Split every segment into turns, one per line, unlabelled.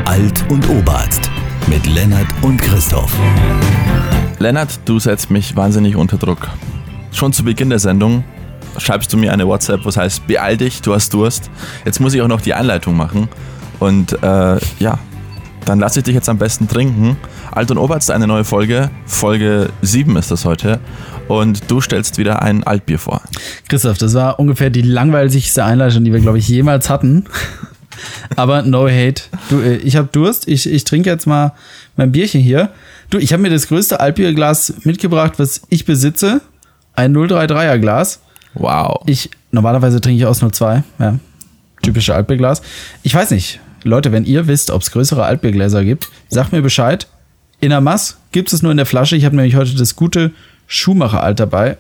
Alt und Oberarzt mit Lennart und Christoph.
Lennart, du setzt mich wahnsinnig unter Druck. Schon zu Beginn der Sendung schreibst du mir eine WhatsApp, was heißt, beeil dich, du hast Durst. Jetzt muss ich auch noch die Einleitung machen. Und dann lasse ich dich jetzt am besten trinken. Alt und Oberarzt, eine neue Folge. Folge 7 ist das heute. Und du stellst wieder ein Altbier vor.
Christoph, das war ungefähr die langweiligste Einleitung, die wir, glaube ich, jemals hatten. Aber no hate. Du, ich habe Durst. Ich trinke jetzt mal mein Bierchen hier. Du, ich habe mir das größte Altbierglas mitgebracht, was ich besitze. Ein 033er Glas.
Wow.
Normalerweise trinke ich aus 02. Ja, typische Altbierglas. Ich weiß nicht. Leute, wenn ihr wisst, ob es größere Altbiergläser gibt, sagt mir Bescheid. In der Mass gibt es nur in der Flasche. Ich habe nämlich heute das gute Schuhmacher-Alt dabei.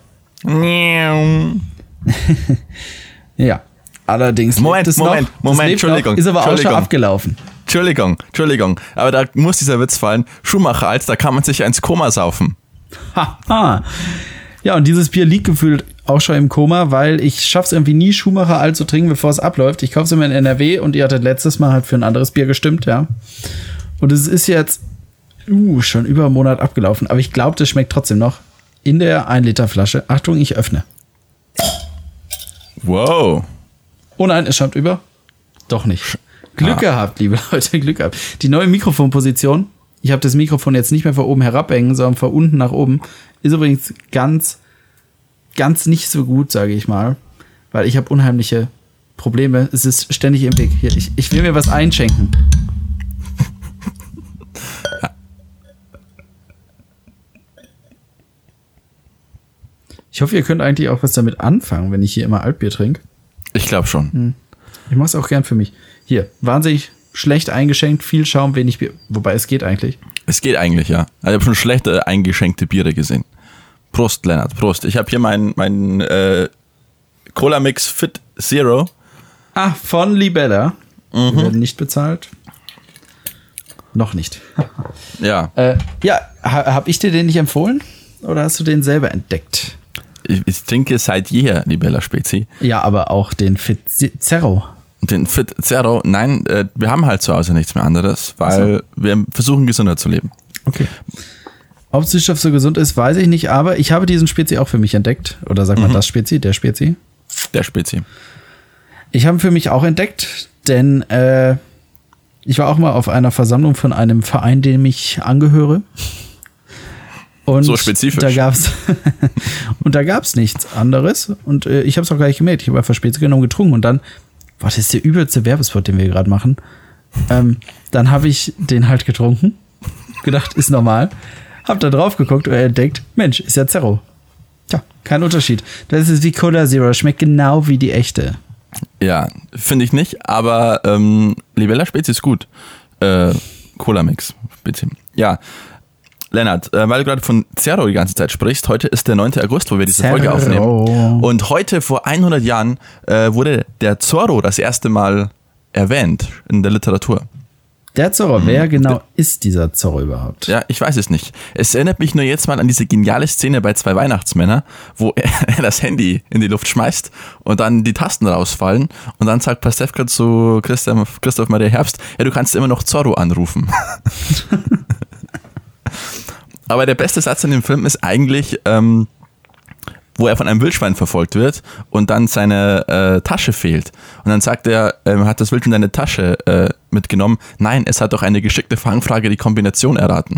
Ja, allerdings.
Moment, Entschuldigung.
Ist aber auch schon abgelaufen.
Entschuldigung. Aber da muss dieser Witz fallen. Schuhmacher-Alt, da kann man sich ins Koma saufen.
Haha. Ja, und dieses Bier liegt gefühlt auch schon im Koma, weil ich schaff's irgendwie nie, Schuhmacher-Alt zu trinken, bevor es abläuft. Ich kaufe es immer in NRW und ihr hattet letztes Mal halt für ein anderes Bier gestimmt, ja. Und es ist jetzt schon über einen Monat abgelaufen, aber ich glaube, das schmeckt trotzdem noch in der 1-Liter-Flasche. Achtung, ich öffne.
Wow.
Oh nein, es schäumt über. Doch nicht. Glück gehabt, liebe Leute, Glück gehabt. Die neue Mikrofonposition, ich habe das Mikrofon jetzt nicht mehr von oben herabhängen, sondern von unten nach oben, ist übrigens ganz nicht so gut, sage ich mal, weil ich habe unheimliche Probleme. Es ist ständig im Weg. Hier, ich will mir was einschenken. Ich hoffe, ihr könnt eigentlich auch was damit anfangen, wenn ich hier immer Altbier trinke.
Ich glaube schon.
Ich mache es auch gern für mich. Hier, wahnsinnig schlecht eingeschenkt, viel Schaum, wenig Bier. Wobei, es geht eigentlich.
Es geht eigentlich, ja. Also ich habe schon schlechte eingeschenkte Biere gesehen. Prost, Lennart, Prost. Ich habe hier mein Cola-Mix Fit Zero.
Ah, von Libella. Wir werden nicht bezahlt. Noch nicht.
Ja.
Hab ich dir den nicht empfohlen? Oder hast du den selber entdeckt?
Ich trinke seit jeher Libella Spezi.
Ja, aber auch den Fit Zero.
Den Fit Zero, nein, wir haben halt zu Hause nichts mehr anderes, weil wir versuchen, gesünder zu leben.
Okay. Ob Süßstoff so gesund ist, weiß ich nicht, aber ich habe diesen Spezi auch für mich entdeckt. Oder sag mal das Spezi, der Spezi.
Der Spezi.
Ich habe ihn für mich auch entdeckt, denn ich war auch mal auf einer Versammlung von einem Verein, dem ich angehöre. Und
so spezifisch.
Da gab's nichts anderes. Und ich habe es auch gleich gemerkt. Ich habe einfach Spezi genommen, getrunken. Und dann, das ist der übelste Werbespot, den wir gerade machen. Dann habe ich den halt getrunken. Gedacht, ist normal. Hab da drauf geguckt und entdeckt, Mensch, ist ja Zero. Tja, kein Unterschied. Das ist wie Cola Zero. Schmeckt genau wie die echte.
Ja, finde ich nicht. Aber Libella Spezi ist gut. Cola Mix Spezi. Ja. Lennart, weil du gerade von Zero die ganze Zeit sprichst, heute ist der 9. August, wo wir diese Folge aufnehmen. Und heute, vor 100 Jahren, wurde der Zorro das erste Mal erwähnt in der Literatur.
Der Zorro, wer genau ist dieser Zorro überhaupt?
Ja, ich weiß es nicht. Es erinnert mich nur jetzt mal an diese geniale Szene bei 2 Weihnachtsmänner, wo er das Handy in die Luft schmeißt und dann die Tasten rausfallen und dann sagt Pastewka zu Christoph Maria Herbst, ja, du kannst immer noch Zorro anrufen. Aber der beste Satz in dem Film ist eigentlich, wo er von einem Wildschwein verfolgt wird und dann seine Tasche fehlt. Und dann sagt er, hat das Wildschwein seine Tasche mitgenommen? Nein, es hat doch eine geschickte Fangfrage die Kombination erraten.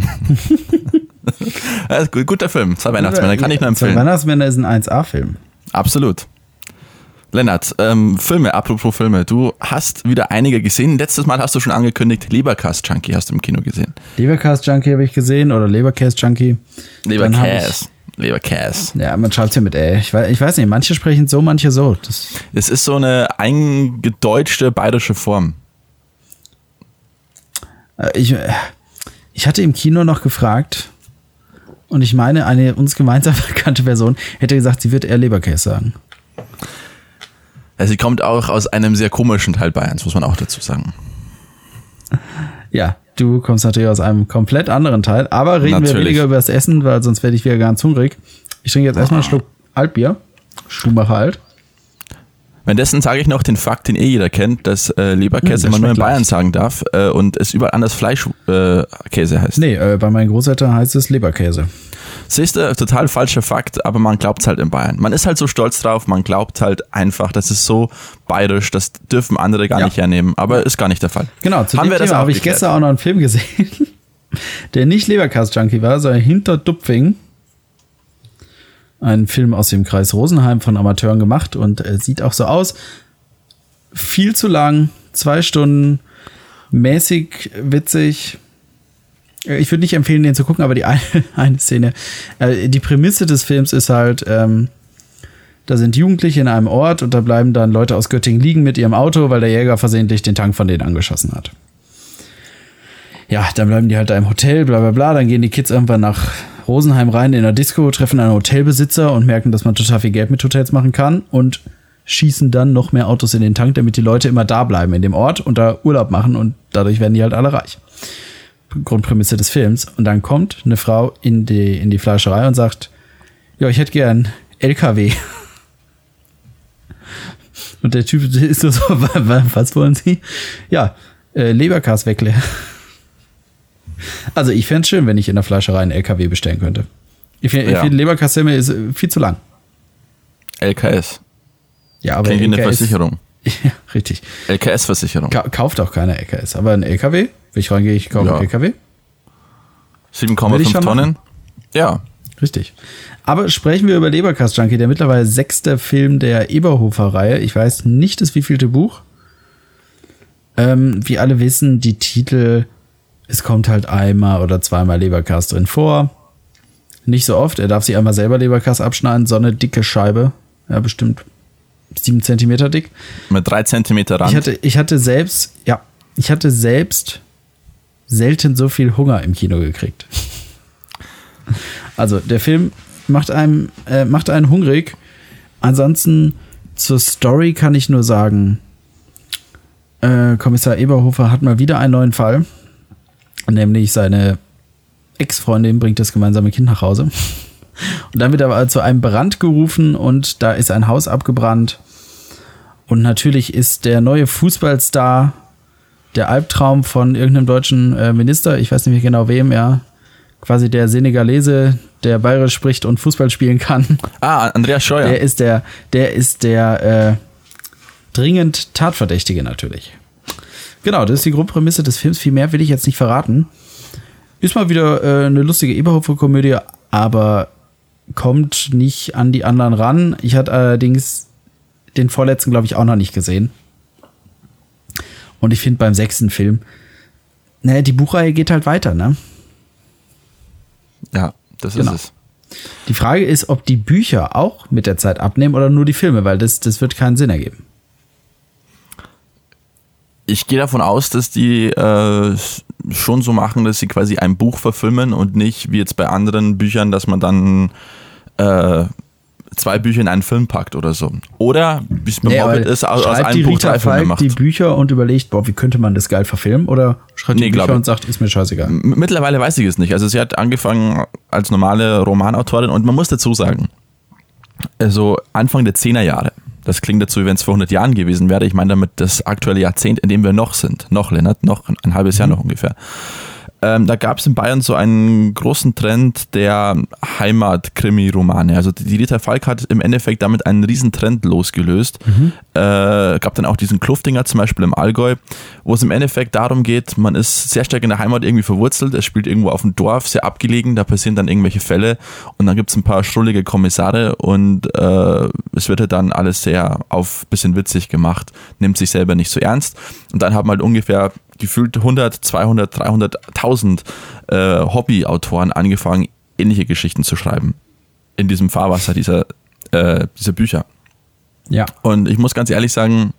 Guter Film, 2 Weihnachtsmänner, kann ich nur empfehlen.
2 Weihnachtsmänner ist ein 1A-Film.
Absolut. Lennart, Filme, apropos Filme, du hast wieder einige gesehen. Letztes Mal hast du schon angekündigt, Leberkäse-Junkie hast du im Kino gesehen.
Leberkäse-Junkie habe ich gesehen oder Leberkäse-Junkie.
Leberkäse.
Ja, man schreibt es ja mit Ich weiß nicht, manche sprechen so, manche so.
Es ist so eine eingedeutschte bayerische Form.
Ich hatte im Kino noch gefragt und ich meine, eine uns gemeinsam bekannte Person hätte gesagt, sie wird eher Leberkäse sagen.
Sie kommt auch aus einem sehr komischen Teil Bayerns, muss man auch dazu sagen.
Ja, du kommst natürlich aus einem komplett anderen Teil, aber reden wir weniger über das Essen, weil sonst werde ich wieder ganz hungrig. Ich trinke jetzt erstmal einen Schluck Altbier. Schuhmacher Alt.
Währenddessen sage ich noch den Fakt, den jeder kennt, dass Leberkäse man nur in Bayern sagen darf und es überall anders Fleischkäse heißt.
Nee, bei meinen Großeltern heißt es Leberkäse.
Siehst du, total falscher Fakt, aber man glaubt es halt in Bayern. Man ist halt so stolz drauf, man glaubt halt einfach, das ist so bayerisch, das dürfen andere gar nicht hernehmen, aber ist gar nicht der Fall.
Genau, zu dem Thema habe ich gestern auch noch einen Film gesehen, der nicht Leberkäse-Junkie war, sondern Hinter Dupfing. Ein Film aus dem Kreis Rosenheim von Amateuren gemacht und sieht auch so aus. Viel zu lang, 2 Stunden, mäßig witzig. Ich würde nicht empfehlen, den zu gucken, aber die eine Szene, die Prämisse des Films ist halt, da sind Jugendliche in einem Ort und da bleiben dann Leute aus Göttingen liegen mit ihrem Auto, weil der Jäger versehentlich den Tank von denen angeschossen hat. Ja, dann bleiben die halt da im Hotel, bla bla bla, dann gehen die Kids irgendwann nach Rosenheim rein in der Disco, treffen einen Hotelbesitzer und merken, dass man total viel Geld mit Hotels machen kann und schießen dann noch mehr Autos in den Tank, damit die Leute immer da bleiben in dem Ort und da Urlaub machen und dadurch werden die halt alle reich. Grundprämisse des Films. Und dann kommt eine Frau in die Fleischerei und sagt, ja, ich hätte gern LKW. Und der Typ ist so, was wollen Sie? Ja, Leberkäse-Weckler. Also ich fände es schön, wenn ich in der Fleischerei einen LKW bestellen könnte. Ich finde Leberkäse ist viel zu lang.
LKS.
Ja, aber
klingt wie eine Versicherung.
Ja, richtig.
LKS-Versicherung.
Kauft auch keine LKS. Aber ein LKW, wenn ich reingehe, ich kaufe einen LKW.
7,5 Tonnen. Ja.
Richtig. Aber sprechen wir über Leberkäse-Junkie, der mittlerweile 6. Film der Eberhofer-Reihe. Ich weiß nicht, das wievielte Buch. Wie alle wissen, die Titel, es kommt halt einmal oder zweimal Leberkäse drin vor. Nicht so oft. Er darf sich einmal selber Leberkäse abschneiden. So eine dicke Scheibe. Ja, bestimmt 7 Zentimeter dick.
Mit 3 Zentimeter Rand.
Ich hatte selbst selten so viel Hunger im Kino gekriegt. Also, der Film macht einen hungrig. Ansonsten zur Story kann ich nur sagen, Kommissar Eberhofer hat mal wieder einen neuen Fall. Nämlich seine Ex-Freundin bringt das gemeinsame Kind nach Hause. Und dann wird aber zu einem Brand gerufen und da ist ein Haus abgebrannt. Und natürlich ist der neue Fußballstar der Albtraum von irgendeinem deutschen Minister, ich weiß nicht mehr genau wem, ja, quasi der Senegalese, der bayerisch spricht und Fußball spielen kann.
Ah, Andreas Scheuer.
Der ist der dringend Tatverdächtige natürlich. Genau, das ist die Grundprämisse des Films. Viel mehr will ich jetzt nicht verraten. Ist mal wieder eine lustige Eberhofer-Komödie, aber kommt nicht an die anderen ran. Ich hatte allerdings den vorletzten, glaube ich, auch noch nicht gesehen. Und ich finde beim 6. Film, die Buchreihe geht halt weiter, ne?
Ja, das ist es.
Die Frage ist, ob die Bücher auch mit der Zeit abnehmen oder nur die Filme, weil das wird keinen Sinn ergeben.
Ich gehe davon aus, dass die schon so machen, dass sie quasi ein Buch verfilmen und nicht wie jetzt bei anderen Büchern, dass man dann 2 Bücher in einen Film packt oder so. Oder, wie es beim Hobbit ist, aus einem Buch 3 Filme macht.
Die Bücher und überlegt, wie könnte man das geil verfilmen? Oder schreibt die Bücher und sagt, ist mir scheißegal.
Mittlerweile weiß ich es nicht. Also sie hat angefangen als normale Romanautorin und man muss dazu sagen, also Anfang der 10er Jahre, das klingt dazu, wie wenn es vor 100 Jahren gewesen wäre. Ich meine damit das aktuelle Jahrzehnt, in dem wir noch sind. Noch, Lennart, noch ein halbes Jahr noch ungefähr. Da gab es in Bayern so einen großen Trend der Heimat-Krimi-Romane. Also die Rita Falk hat im Endeffekt damit einen riesen Trend losgelöst. Gab dann auch diesen Kluftinger zum Beispiel im Allgäu, wo es im Endeffekt darum geht, man ist sehr stark in der Heimat irgendwie verwurzelt, es spielt irgendwo auf dem Dorf, sehr abgelegen, da passieren dann irgendwelche Fälle und dann gibt es ein paar schrullige Kommissare und es wird halt dann alles sehr auf bisschen witzig gemacht, nimmt sich selber nicht so ernst und dann haben halt ungefähr gefühlt 100, 200, 300, 1000 Hobbyautoren angefangen, ähnliche Geschichten zu schreiben. In diesem Fahrwasser dieser Bücher.
Ja.
Und ich muss ganz ehrlich sagen,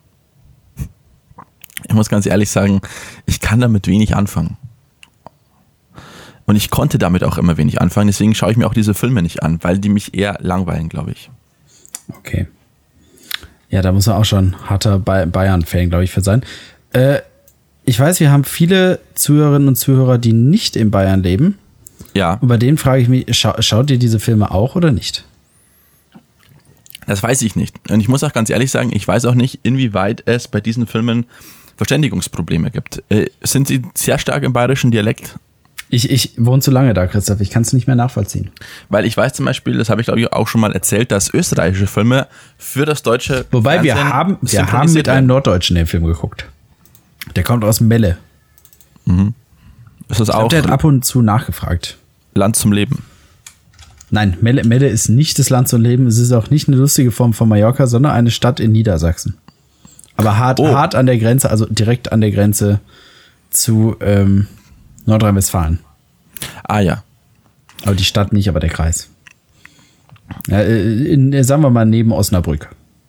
ich kann damit wenig anfangen. Und ich konnte damit auch immer wenig anfangen, deswegen schaue ich mir auch diese Filme nicht an, weil die mich eher langweilen, glaube ich.
Okay. Ja, da muss er auch schon harter Bayern-Fan, glaube ich, für sein. Ich weiß, wir haben viele Zuhörerinnen und Zuhörer, die nicht in Bayern leben.
Ja.
Und bei denen frage ich mich, schaut ihr diese Filme auch oder nicht?
Das weiß ich nicht. Und ich muss auch ganz ehrlich sagen, ich weiß auch nicht, inwieweit es bei diesen Filmen Verständigungsprobleme gibt. Sind sie sehr stark im bayerischen Dialekt?
Ich wohne zu lange da, Christoph. Ich kann es nicht mehr nachvollziehen.
Weil ich weiß zum Beispiel, das habe ich glaube ich auch schon mal erzählt, dass österreichische Filme für das deutsche
Wobei wir
Fernsehen
haben mit einem Norddeutschen den Film geguckt. Der kommt aus Melle.
Ist das
Ich
auch
glaub, der hat ab und zu nachgefragt.
Land zum Leben?
Nein, Melle ist nicht das Land zum Leben. Es ist auch nicht eine lustige Form von Mallorca, sondern eine Stadt in Niedersachsen. Aber hart an der Grenze, also direkt an der Grenze zu Nordrhein-Westfalen.
Ah ja.
Aber die Stadt nicht, aber der Kreis. Ja, sagen wir mal neben Osnabrück.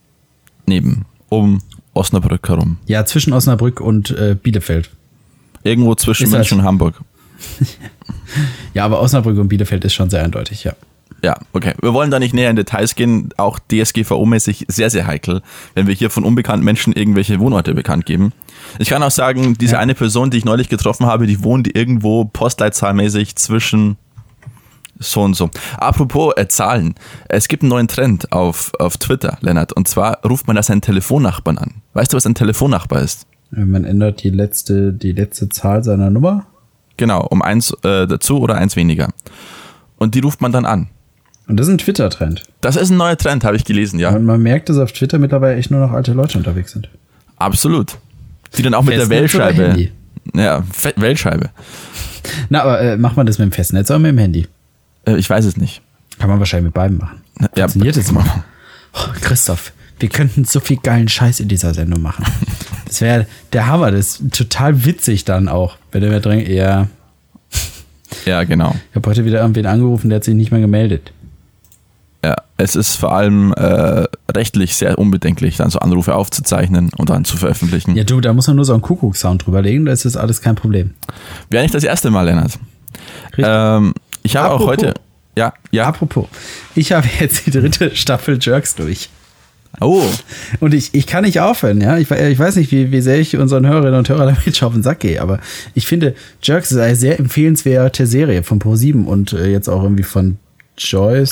Um Osnabrück herum.
Ja, zwischen Osnabrück und Bielefeld.
Irgendwo zwischen
Ist das-
München und Hamburg.
Ja, aber Osnabrück und Bielefeld ist schon sehr eindeutig, ja.
Ja, okay. Wir wollen da nicht näher in Details gehen. Auch DSGVO-mäßig sehr, sehr heikel, wenn wir hier von unbekannten Menschen irgendwelche Wohnorte bekannt geben. Ich kann auch sagen, diese eine Person, die ich neulich getroffen habe, die wohnt irgendwo postleitzahlmäßig zwischen so und so. Apropos Zahlen. Es gibt einen neuen Trend auf Twitter, Lennart. Und zwar ruft man da seinen Telefonnachbarn an. Weißt du, was ein Telefonnachbar ist?
Man ändert die letzte Zahl seiner Nummer.
Genau, um 1 dazu oder 1 weniger. Und die ruft man dann an.
Und das ist ein Twitter-Trend.
Das ist ein neuer Trend, habe ich gelesen, ja.
Und man merkt, dass auf Twitter mittlerweile echt nur noch alte Leute unterwegs sind.
Absolut. Die dann auch mit der
Festnetz oder
Wählscheibe.
Handy?
Ja, Wählscheibe.
Na, aber macht man das mit dem Festnetz oder mit dem Handy?
Ich weiß es nicht.
Kann man wahrscheinlich mit beiden machen.
Ja,
Funktioniert jetzt mal. Oh, Christoph, wir könnten so viel geilen Scheiß in dieser Sendung machen. Das wäre der Hammer. Das ist total witzig dann auch. Wenn der mir drängt, ja.
Ja, genau.
Ich habe heute wieder irgendwen angerufen, der hat sich nicht mehr gemeldet.
Ja, es ist vor allem rechtlich sehr unbedenklich, dann so Anrufe aufzuzeichnen und dann zu veröffentlichen.
Ja, du, da muss man nur so einen Kuckuck-Sound drüberlegen, da ist das alles kein Problem.
Wäre nicht das erste Mal, Lennart.
Richtig.
Ich habe auch
Apropos.
heute... Ja.
Apropos, ich habe jetzt die 3. Staffel Jerks durch.
Oh,
Und ich kann nicht aufhören, ja. Ich weiß nicht, wie sehr ich unseren Hörerinnen und Hörern damit schon auf den Sack gehe, aber ich finde, Jerks ist eine sehr empfehlenswerte Serie von ProSieben und jetzt auch irgendwie von Join.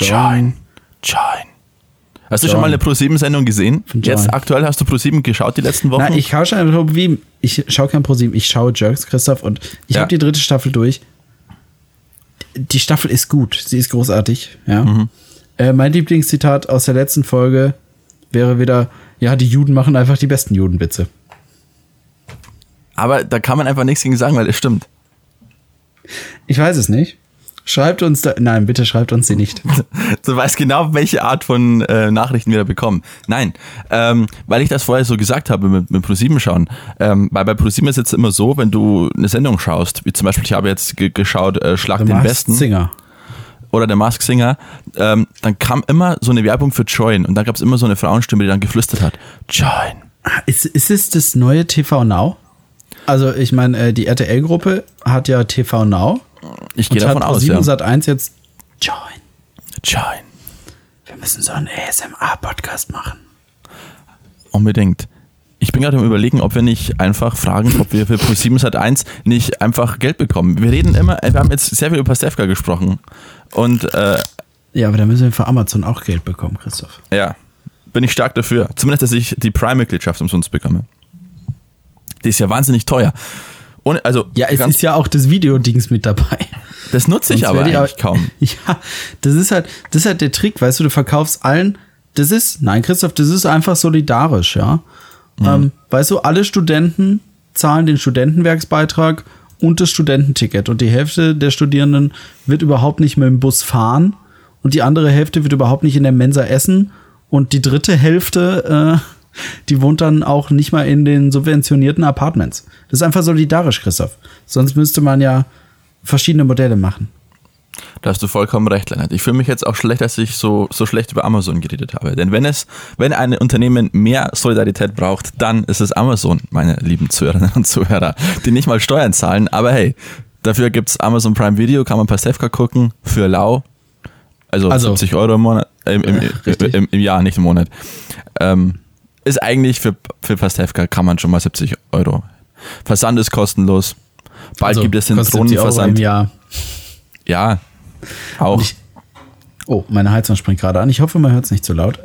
Hast du schon mal eine Pro7-Sendung gesehen?
Von Join.
Jetzt aktuell hast du Pro7 geschaut die letzten Wochen?
Nein, ich schaue schon ProSieben. Ich schaue kein ProSieben, ich schaue Jerks, Christoph, und ich
Ja.
habe die 3. Staffel durch. Die Staffel ist gut, sie ist großartig, ja. Mein Lieblingszitat aus der letzten Folge wäre wieder, ja, die Juden machen einfach die besten Judenwitze.
Aber da kann man einfach nichts gegen sagen, weil es stimmt.
Ich weiß es nicht. Schreibt uns da, nein, bitte schreibt uns sie nicht.
Du weißt genau, welche Art von Nachrichten wir da bekommen. Nein, weil ich das vorher so gesagt habe mit Pro7 schauen. Weil bei Pro7 ist es jetzt immer so, wenn du eine Sendung schaust, wie zum Beispiel, ich habe jetzt geschaut, Schlag den Besten.
Singer.
Oder der Masked Singer, dann kam immer so eine Werbung für Join und dann gab es immer so eine Frauenstimme, die dann geflüstert hat. Join.
Ist es das neue TV Now? Also ich meine, die RTL-Gruppe hat ja TV Now.
Ich gehe davon aus, ja.
Und Sat1 jetzt Join.
Join.
Wir müssen so einen ASMR-Podcast machen.
Unbedingt. Ich bin gerade am Überlegen, ob wir nicht einfach fragen, ob wir für Pro7 Sat1 nicht einfach Geld bekommen. Wir haben jetzt sehr viel über Pastewka gesprochen. Und
Ja, aber da müssen wir für Amazon auch Geld bekommen, Christoph.
ja, bin ich stark dafür. Zumindest, dass ich die Prime-Mitgliedschaft umsonst bekomme. Die ist ja wahnsinnig teuer. Und, also,
Ja, es ist ja auch das Videodings mit dabei.
das nutze ich
Sonst
aber
wär die
eigentlich kaum.
Ja, das ist halt der Trick, weißt du, du verkaufst allen, nein, Christoph, das ist einfach solidarisch, ja. Weißt du, alle Studenten zahlen den Studentenwerksbeitrag und das Studententicket und die Hälfte der Studierenden wird überhaupt nicht mit dem Bus fahren und die andere Hälfte wird überhaupt nicht in der Mensa essen und die dritte Hälfte, die wohnt dann auch nicht mal in den subventionierten Apartments. Das ist einfach solidarisch, Christoph. Sonst müsste man ja verschiedene Modelle machen.
Da hast du vollkommen recht, Lennart. Ich fühle mich jetzt auch schlecht, dass ich so schlecht über Amazon geredet habe. Denn wenn ein Unternehmen mehr Solidarität braucht, dann ist es Amazon, meine lieben Zuhörerinnen und Zuhörer, die nicht mal Steuern zahlen. Aber hey, dafür gibt's Amazon Prime Video, kann man Pastewka gucken, für lau. Also 70 Euro im Monat, im Jahr, nicht im Monat. Ist eigentlich für Pastewka kann man schon mal 70 Euro. Versand ist kostenlos. Bald gibt es den Drohnenversand.
Im Jahr.
Ja, auch.
Oh, meine Heizung springt gerade an. Ich hoffe, man hört es nicht zu laut.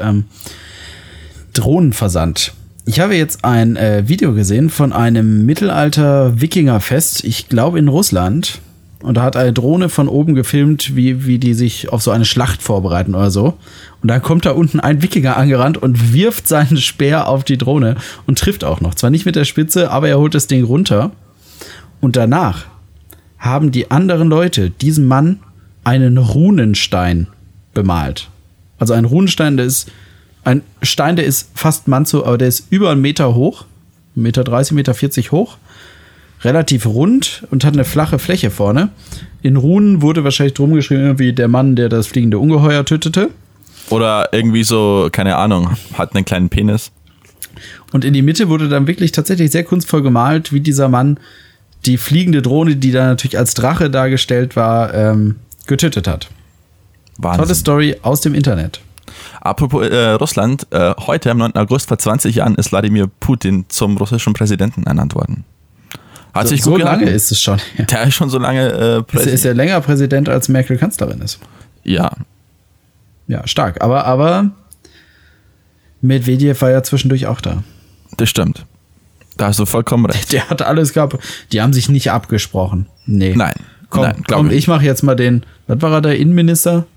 Drohnenversand. Ich habe jetzt ein Video gesehen von einem Mittelalter-Wikinger-Fest, ich glaube in Russland. Und da hat eine Drohne von oben gefilmt, wie die sich auf so eine Schlacht vorbereiten oder so. Und dann kommt da unten ein Wikinger angerannt und wirft seinen Speer auf die Drohne und trifft auch noch. Zwar nicht mit der Spitze, aber er holt das Ding runter. Und danach haben die anderen Leute diesem Mann einen Runenstein bemalt. Also ein Runenstein, der ist ein Stein, der ist fast manzo, aber der ist über 1 Meter hoch, 1,30 Meter, 1,40 Meter hoch, relativ rund und hat eine flache Fläche vorne. In Runen wurde wahrscheinlich drum geschrieben, wie der Mann, der das fliegende Ungeheuer tötete.
Oder irgendwie so, keine Ahnung, hat einen kleinen Penis.
Und in die Mitte wurde dann wirklich tatsächlich sehr kunstvoll gemalt, wie dieser Mann die fliegende Drohne, die da natürlich als Drache dargestellt war, getötet hat.
Wahnsinn.
Tolle Story aus dem Internet.
Apropos Russland, heute am 9. August vor 20 Jahren ist Wladimir Putin zum russischen Präsidenten ernannt worden. Hat sich gut
so lange
gehalten.
ist es schon. Ja.
Der ist schon so lange
Präsident. Ist ja länger Präsident, als Merkel Kanzlerin ist.
Ja.
Ja, stark. Aber Medvedev war ja zwischendurch auch da.
Das stimmt. Da hast du vollkommen recht.
Der hat alles gehabt. Die haben sich nicht abgesprochen. Nee.
Nein.
Komm, ich mache jetzt mal den, was war er da, Innenminister?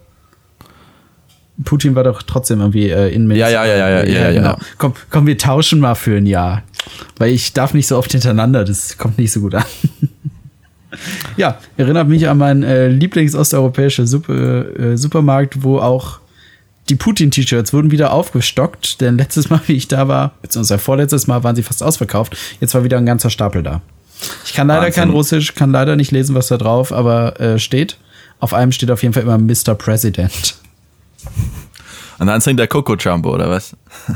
Putin war doch trotzdem irgendwie Innenminister.
Ja,
genau. Komm, wir tauschen mal für ein Jahr. Weil ich darf nicht so oft hintereinander, das kommt nicht so gut an. Ja, erinnert mich an meinen Lieblings-osteuropäische Supermarkt, wo auch die Putin-T-Shirts wurden wieder aufgestockt, denn letztes Mal, wie ich da war, beziehungsweise vorletztes Mal, waren sie fast ausverkauft. Jetzt war wieder ein ganzer Stapel da. Ich kann leider kein Russisch, kann leider nicht lesen, was da drauf, aber steht. Auf einem steht auf jeden Fall immer Mr. President.
Und dann singt der Coco Jumbo, oder was?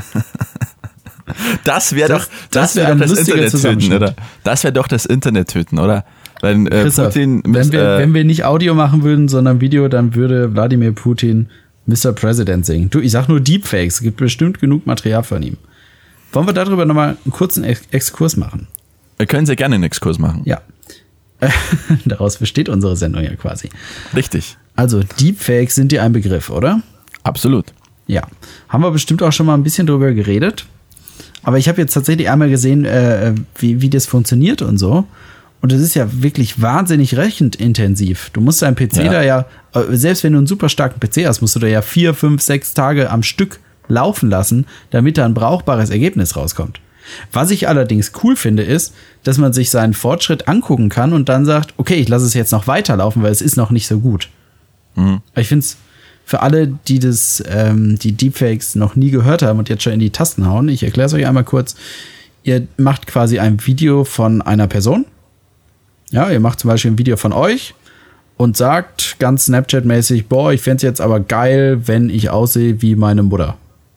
Das wäre doch das Internet töten, oder? Das wäre doch das Internet töten, oder? Wenn Putin
wenn wir nicht Audio machen würden, sondern Video, dann würde Wladimir Putin Mr. President singen. Du, ich sag nur Deepfakes, es gibt bestimmt genug Material von ihm. Wollen wir darüber nochmal einen kurzen Exkurs machen?
Wir können sehr gerne einen Exkurs machen.
Ja. Daraus besteht unsere Sendung ja quasi.
Richtig.
Also Deepfakes sind dir ein Begriff, oder?
Absolut.
Ja. Haben wir bestimmt auch schon mal ein bisschen drüber geredet. Aber ich habe jetzt tatsächlich einmal gesehen, wie das funktioniert und so. Und das ist ja wirklich wahnsinnig rechenintensiv. Du musst deinen PC da ja, selbst wenn du einen super starken PC hast, musst du da ja 4, 5, 6 Tage am Stück laufen lassen, damit da ein brauchbares Ergebnis rauskommt. Was ich allerdings cool finde, ist, dass man sich seinen Fortschritt angucken kann und dann sagt, okay, ich lasse es jetzt noch weiterlaufen, weil es ist noch nicht so gut. Mhm. Ich finde es für alle, die die Deepfakes noch nie gehört haben und jetzt schon in die Tasten hauen, ich erkläre es euch einmal kurz. Ihr macht quasi ein Video von einer Person. Ja, ihr macht zum Beispiel ein Video von euch und sagt ganz Snapchat-mäßig, boah, ich fände es jetzt aber geil, wenn ich aussehe wie meine Mutter.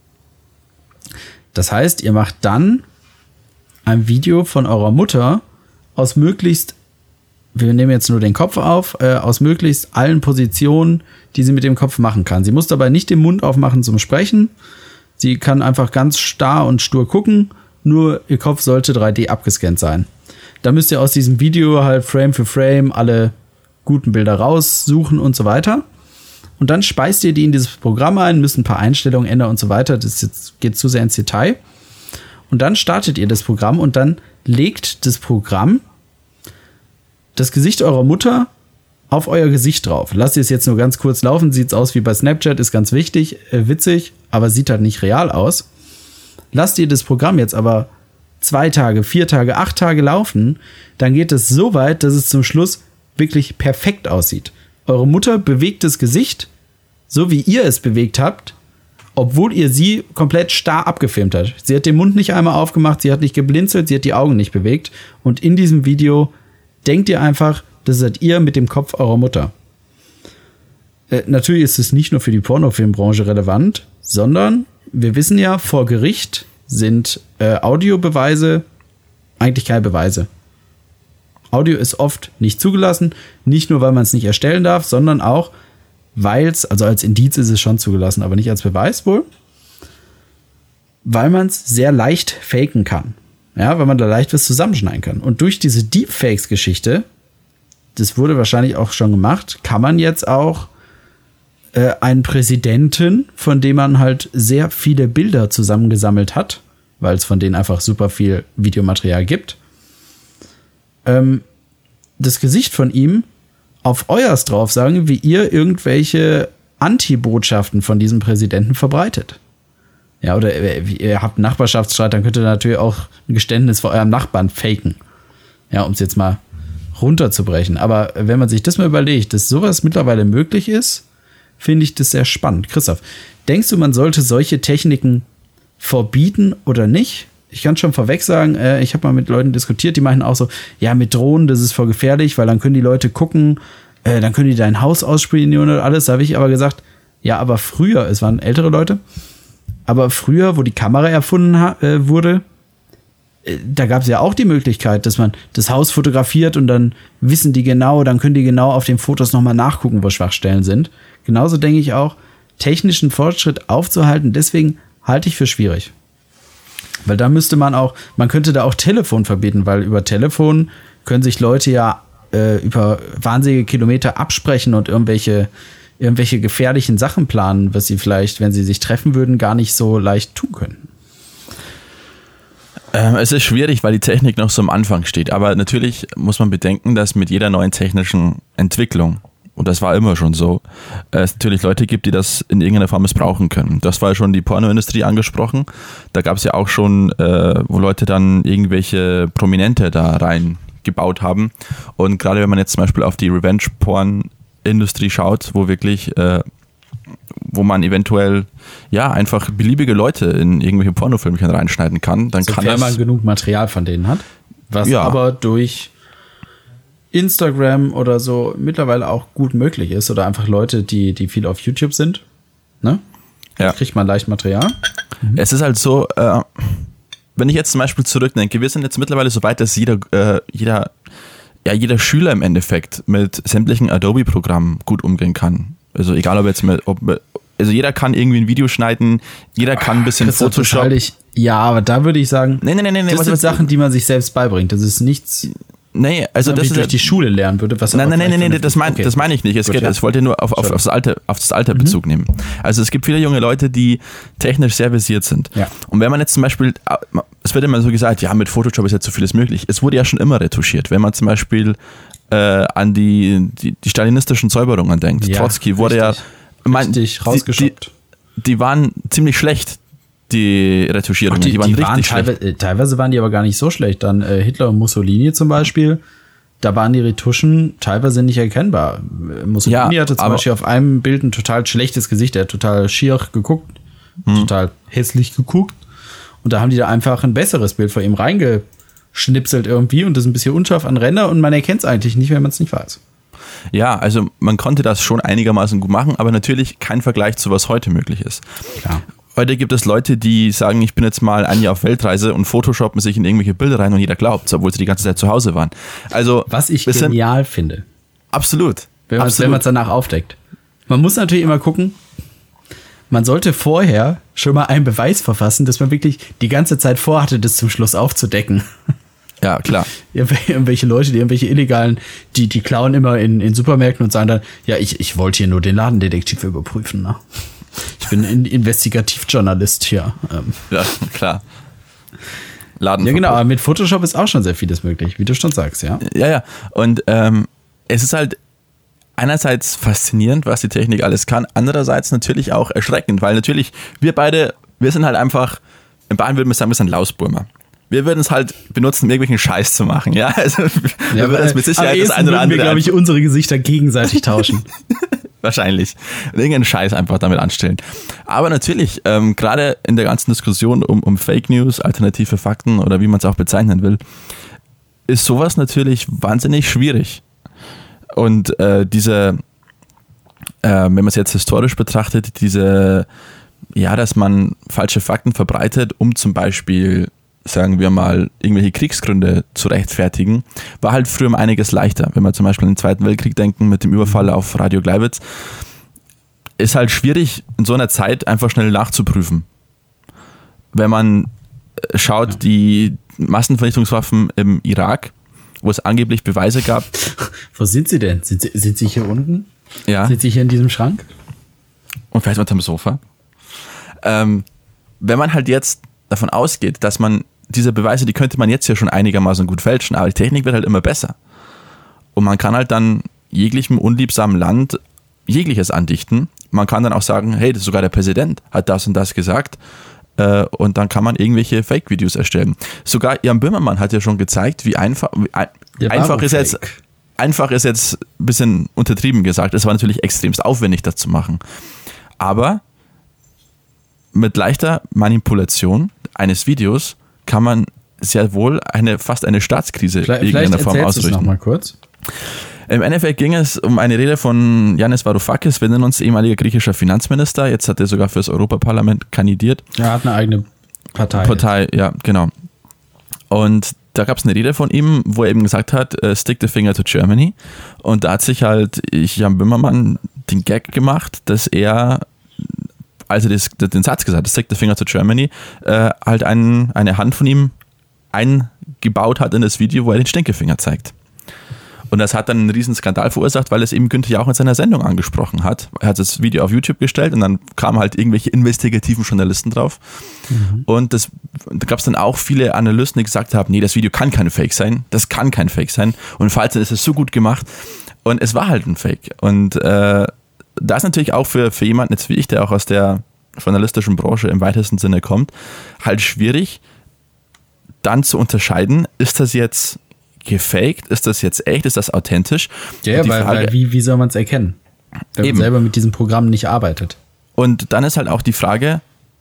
Das heißt, ihr macht dann ein Video von eurer Mutter aus möglichst, wir nehmen jetzt nur den Kopf auf, aus möglichst allen Positionen, die sie mit dem Kopf machen kann. Sie muss dabei nicht den Mund aufmachen zum Sprechen. Sie kann einfach ganz starr und stur gucken, nur ihr Kopf sollte 3D abgescannt sein. Da müsst ihr aus diesem Video halt Frame für Frame alle guten Bilder raussuchen und so weiter. Und dann speist ihr die in dieses Programm ein, müsst ein paar Einstellungen ändern und so weiter. Das jetzt geht zu sehr ins Detail. Und dann startet ihr das Programm und dann legt das Programm das Gesicht eurer Mutter auf euer Gesicht drauf. Lasst ihr es jetzt nur ganz kurz laufen. Sieht aus wie bei Snapchat, ist ganz witzig, aber sieht halt nicht real aus. Lasst ihr das Programm jetzt aber 2 Tage, 4 Tage, 8 Tage laufen, dann geht es so weit, dass es zum Schluss wirklich perfekt aussieht. Eure Mutter bewegt das Gesicht, so wie ihr es bewegt habt, obwohl ihr sie komplett starr abgefilmt habt. Sie hat den Mund nicht einmal aufgemacht, sie hat nicht geblinzelt, sie hat die Augen nicht bewegt. Und in diesem Video denkt ihr einfach, das seid ihr mit dem Kopf eurer Mutter. Natürlich ist es nicht nur für die Pornofilmbranche relevant, sondern wir wissen ja, vor Gericht sind Audiobeweise eigentlich keine Beweise. Audio ist oft nicht zugelassen, nicht nur, weil man es nicht erstellen darf, sondern auch, weil es, also als Indiz ist es schon zugelassen, aber nicht als Beweis wohl, weil man es sehr leicht faken kann. Ja, weil man da leicht was zusammenschneiden kann. Und durch diese Deepfakes-Geschichte, das wurde wahrscheinlich auch schon gemacht, kann man jetzt auch einen Präsidenten, von dem man halt sehr viele Bilder zusammengesammelt hat, weil es von denen einfach super viel Videomaterial gibt. Das Gesicht von ihm auf euers drauf sagen, wie ihr irgendwelche Anti-Botschaften von diesem Präsidenten verbreitet. Ja, oder ihr habt einen Nachbarschaftsstreit, dann könnt ihr natürlich auch ein Geständnis vor eurem Nachbarn faken. Ja, um es jetzt mal runterzubrechen. Aber wenn man sich das mal überlegt, dass sowas mittlerweile möglich ist, finde ich das sehr spannend. Christoph, denkst du, man sollte solche Techniken verbieten oder nicht? Ich kann schon vorweg sagen, ich habe mal mit Leuten diskutiert, die meinten auch so, ja, mit Drohnen, das ist voll gefährlich, weil dann können die Leute gucken, dann können die dein Haus ausspionieren und alles. Da habe ich aber gesagt, ja, aber früher, es waren ältere Leute, aber früher, wo die Kamera erfunden wurde, da gab es ja auch die Möglichkeit, dass man das Haus fotografiert und dann wissen die genau, dann können die genau auf den Fotos nochmal nachgucken, wo Schwachstellen sind. Genauso denke ich auch, technischen Fortschritt aufzuhalten, deswegen halte ich für schwierig. Weil da müsste man könnte da auch Telefon verbieten, weil über Telefon können sich Leute ja über wahnsinnige Kilometer absprechen und irgendwelche gefährlichen Sachen planen, was sie vielleicht, wenn sie sich treffen würden, gar nicht so leicht tun können.
Es ist schwierig, weil die Technik noch so am Anfang steht. Aber natürlich muss man bedenken, dass mit jeder neuen technischen Entwicklung, und das war immer schon so, es natürlich Leute gibt, die das in irgendeiner Form missbrauchen können. Das war ja schon die Pornoindustrie angesprochen. Da gab es ja auch schon, wo Leute dann irgendwelche Prominente da reingebaut haben. Und gerade wenn man jetzt zum Beispiel auf die Revenge-Porn-Industrie schaut, wo wirklich wo man eventuell ja einfach beliebige Leute in irgendwelche Pornofilmchen reinschneiden kann, dann kann das...
Wenn man genug Material von denen hat, was aber durch Instagram oder so mittlerweile auch gut möglich ist oder einfach Leute, die viel auf YouTube sind, ne? Ja. Da kriegt man leicht Material.
Es ist halt so, wenn ich jetzt zum Beispiel zurückdenke, wir sind jetzt mittlerweile so weit, dass jeder Schüler im Endeffekt mit sämtlichen Adobe-Programmen gut umgehen kann. Also egal, also jeder kann irgendwie ein Video schneiden, jeder kann ein bisschen Photoshop.
Ja, aber da würde ich sagen, das sind Sachen, die man sich selbst beibringt. Das ist nichts,
also
das durch die Schule lernen würde. Was
nein, das meine ich nicht. Ich wollte nur auf das Alter Bezug nehmen. Also es gibt viele junge Leute, die technisch sehr versiert sind. Ja. Und wenn man jetzt zum Beispiel, es wird immer so gesagt, ja, mit Photoshop ist jetzt so vieles möglich. Es wurde ja schon immer retuschiert. Wenn man zum Beispiel an die stalinistischen Säuberungen denkt. Ja, Trotzki wurde
richtig rausgeschoppt.
Die waren ziemlich schlecht, die Retuschierungen. Die waren richtig schlecht.
Teilweise waren die aber gar nicht so schlecht. Dann Hitler und Mussolini zum Beispiel, da waren die Retuschen teilweise nicht erkennbar. Mussolini hatte zum Beispiel auf einem Bild ein total schlechtes Gesicht, der hat total schier geguckt, total hässlich geguckt. Und da haben die da einfach ein besseres Bild von ihm reingeschnipselt irgendwie und das ist ein bisschen unscharf an Ränder und man erkennt es eigentlich nicht, wenn man es nicht weiß.
Ja, also man konnte das schon einigermaßen gut machen, aber natürlich kein Vergleich zu was heute möglich ist.
Klar.
Heute gibt es Leute, die sagen, ich bin jetzt mal ein Jahr auf Weltreise und photoshoppen sich in irgendwelche Bilder rein und jeder glaubt, obwohl sie die ganze Zeit zu Hause waren. Also,
was ich genial finde.
Absolut.
Wenn man es danach aufdeckt. Man muss natürlich immer gucken, man sollte vorher schon mal einen Beweis verfassen, dass man wirklich die ganze Zeit vorhatte, das zum Schluss aufzudecken.
Ja, klar.
Irgendwelche Leute, die irgendwelche Illegalen, die klauen immer in Supermärkten und sagen dann, ja, ich wollte hier nur den Ladendetektiv überprüfen, ne? Ich bin ein Investigativjournalist hier.
Ja, klar.
Ja, genau, aber mit Photoshop ist auch schon sehr vieles möglich, wie du schon sagst, ja.
Ja. Und es ist halt einerseits faszinierend, was die Technik alles kann, andererseits natürlich auch erschreckend, weil natürlich wir sind halt einfach, in Bayern würden wir sagen, wir sind Lausburmer. Wir würden es halt benutzen, um irgendwelchen Scheiß zu machen, ja. Also wir würden es mit Sicherheit das eine oder andere.
Wir, glaube ich, unsere Gesichter gegenseitig tauschen.
Wahrscheinlich. Und irgendeinen Scheiß einfach damit anstellen. Aber natürlich, gerade in der ganzen Diskussion um Fake News, alternative Fakten oder wie man es auch bezeichnen will, ist sowas natürlich wahnsinnig schwierig. Und wenn man es jetzt historisch betrachtet, dass man falsche Fakten verbreitet, um zum Beispiel, sagen wir mal, irgendwelche Kriegsgründe zu rechtfertigen, war halt früher um einiges leichter. Wenn wir zum Beispiel an den Zweiten Weltkrieg denken, mit dem Überfall auf Radio Gleiwitz, ist halt schwierig, in so einer Zeit einfach schnell nachzuprüfen. Wenn man schaut, die Massenvernichtungswaffen im Irak, wo es angeblich Beweise gab.
Wo sind sie denn? Sind sie hier unten?
Ja.
Sind sie hier in diesem Schrank?
und vielleicht unterm Sofa. Wenn man halt jetzt davon ausgeht, dass man diese Beweise, die könnte man jetzt ja schon einigermaßen gut fälschen, aber die Technik wird halt immer besser. Und man kann halt dann jeglichem unliebsamen Land jegliches andichten. Man kann dann auch sagen, hey, das ist sogar der Präsident, hat das und das gesagt. Und dann kann man irgendwelche Fake-Videos erstellen. Sogar Jan Böhmermann hat ja schon gezeigt, wie einfach ist jetzt ein bisschen untertrieben gesagt. Es war natürlich extremst aufwendig, das zu machen. Aber mit leichter Manipulation eines Videos kann man sehr wohl fast eine Staatskrise in irgendeiner Form ausrichten.
Vielleicht noch mal kurz.
Im Endeffekt ging es um eine Rede von Yanis Varoufakis, wir nennen uns ehemaliger griechischer Finanzminister. Jetzt hat er sogar fürs Europaparlament kandidiert.
Er hat eine eigene Partei.
Ja, genau. Und da gab es eine Rede von ihm, wo er eben gesagt hat, stick the finger to Germany. Und da hat sich halt Jan Böhmermann den Gag gemacht, dass er, als er den Satz gesagt hat, stick the finger to Germany, halt eine Hand von ihm eingebaut hat in das Video, wo er den Stinkefinger zeigt. Und das hat dann einen riesen Skandal verursacht, weil es eben Günther Jauch in seiner Sendung angesprochen hat. Er hat das Video auf YouTube gestellt und dann kamen halt irgendwelche investigativen Journalisten drauf. Mhm. Und da gab es dann auch viele Analysten, die gesagt haben, nee, das Video kann kein Fake sein. Das kann kein Fake sein. Und falls, dann ist es so gut gemacht. Und es war halt ein Fake. Und das ist natürlich auch für jemanden jetzt wie ich, der auch aus der journalistischen Branche im weitesten Sinne kommt, halt schwierig, dann zu unterscheiden, ist das jetzt gefaked? Ist das jetzt echt? Ist das authentisch?
Ja, weil wie soll man es erkennen, wenn man selber mit diesem Programm nicht arbeitet?
Und dann ist halt auch die Frage,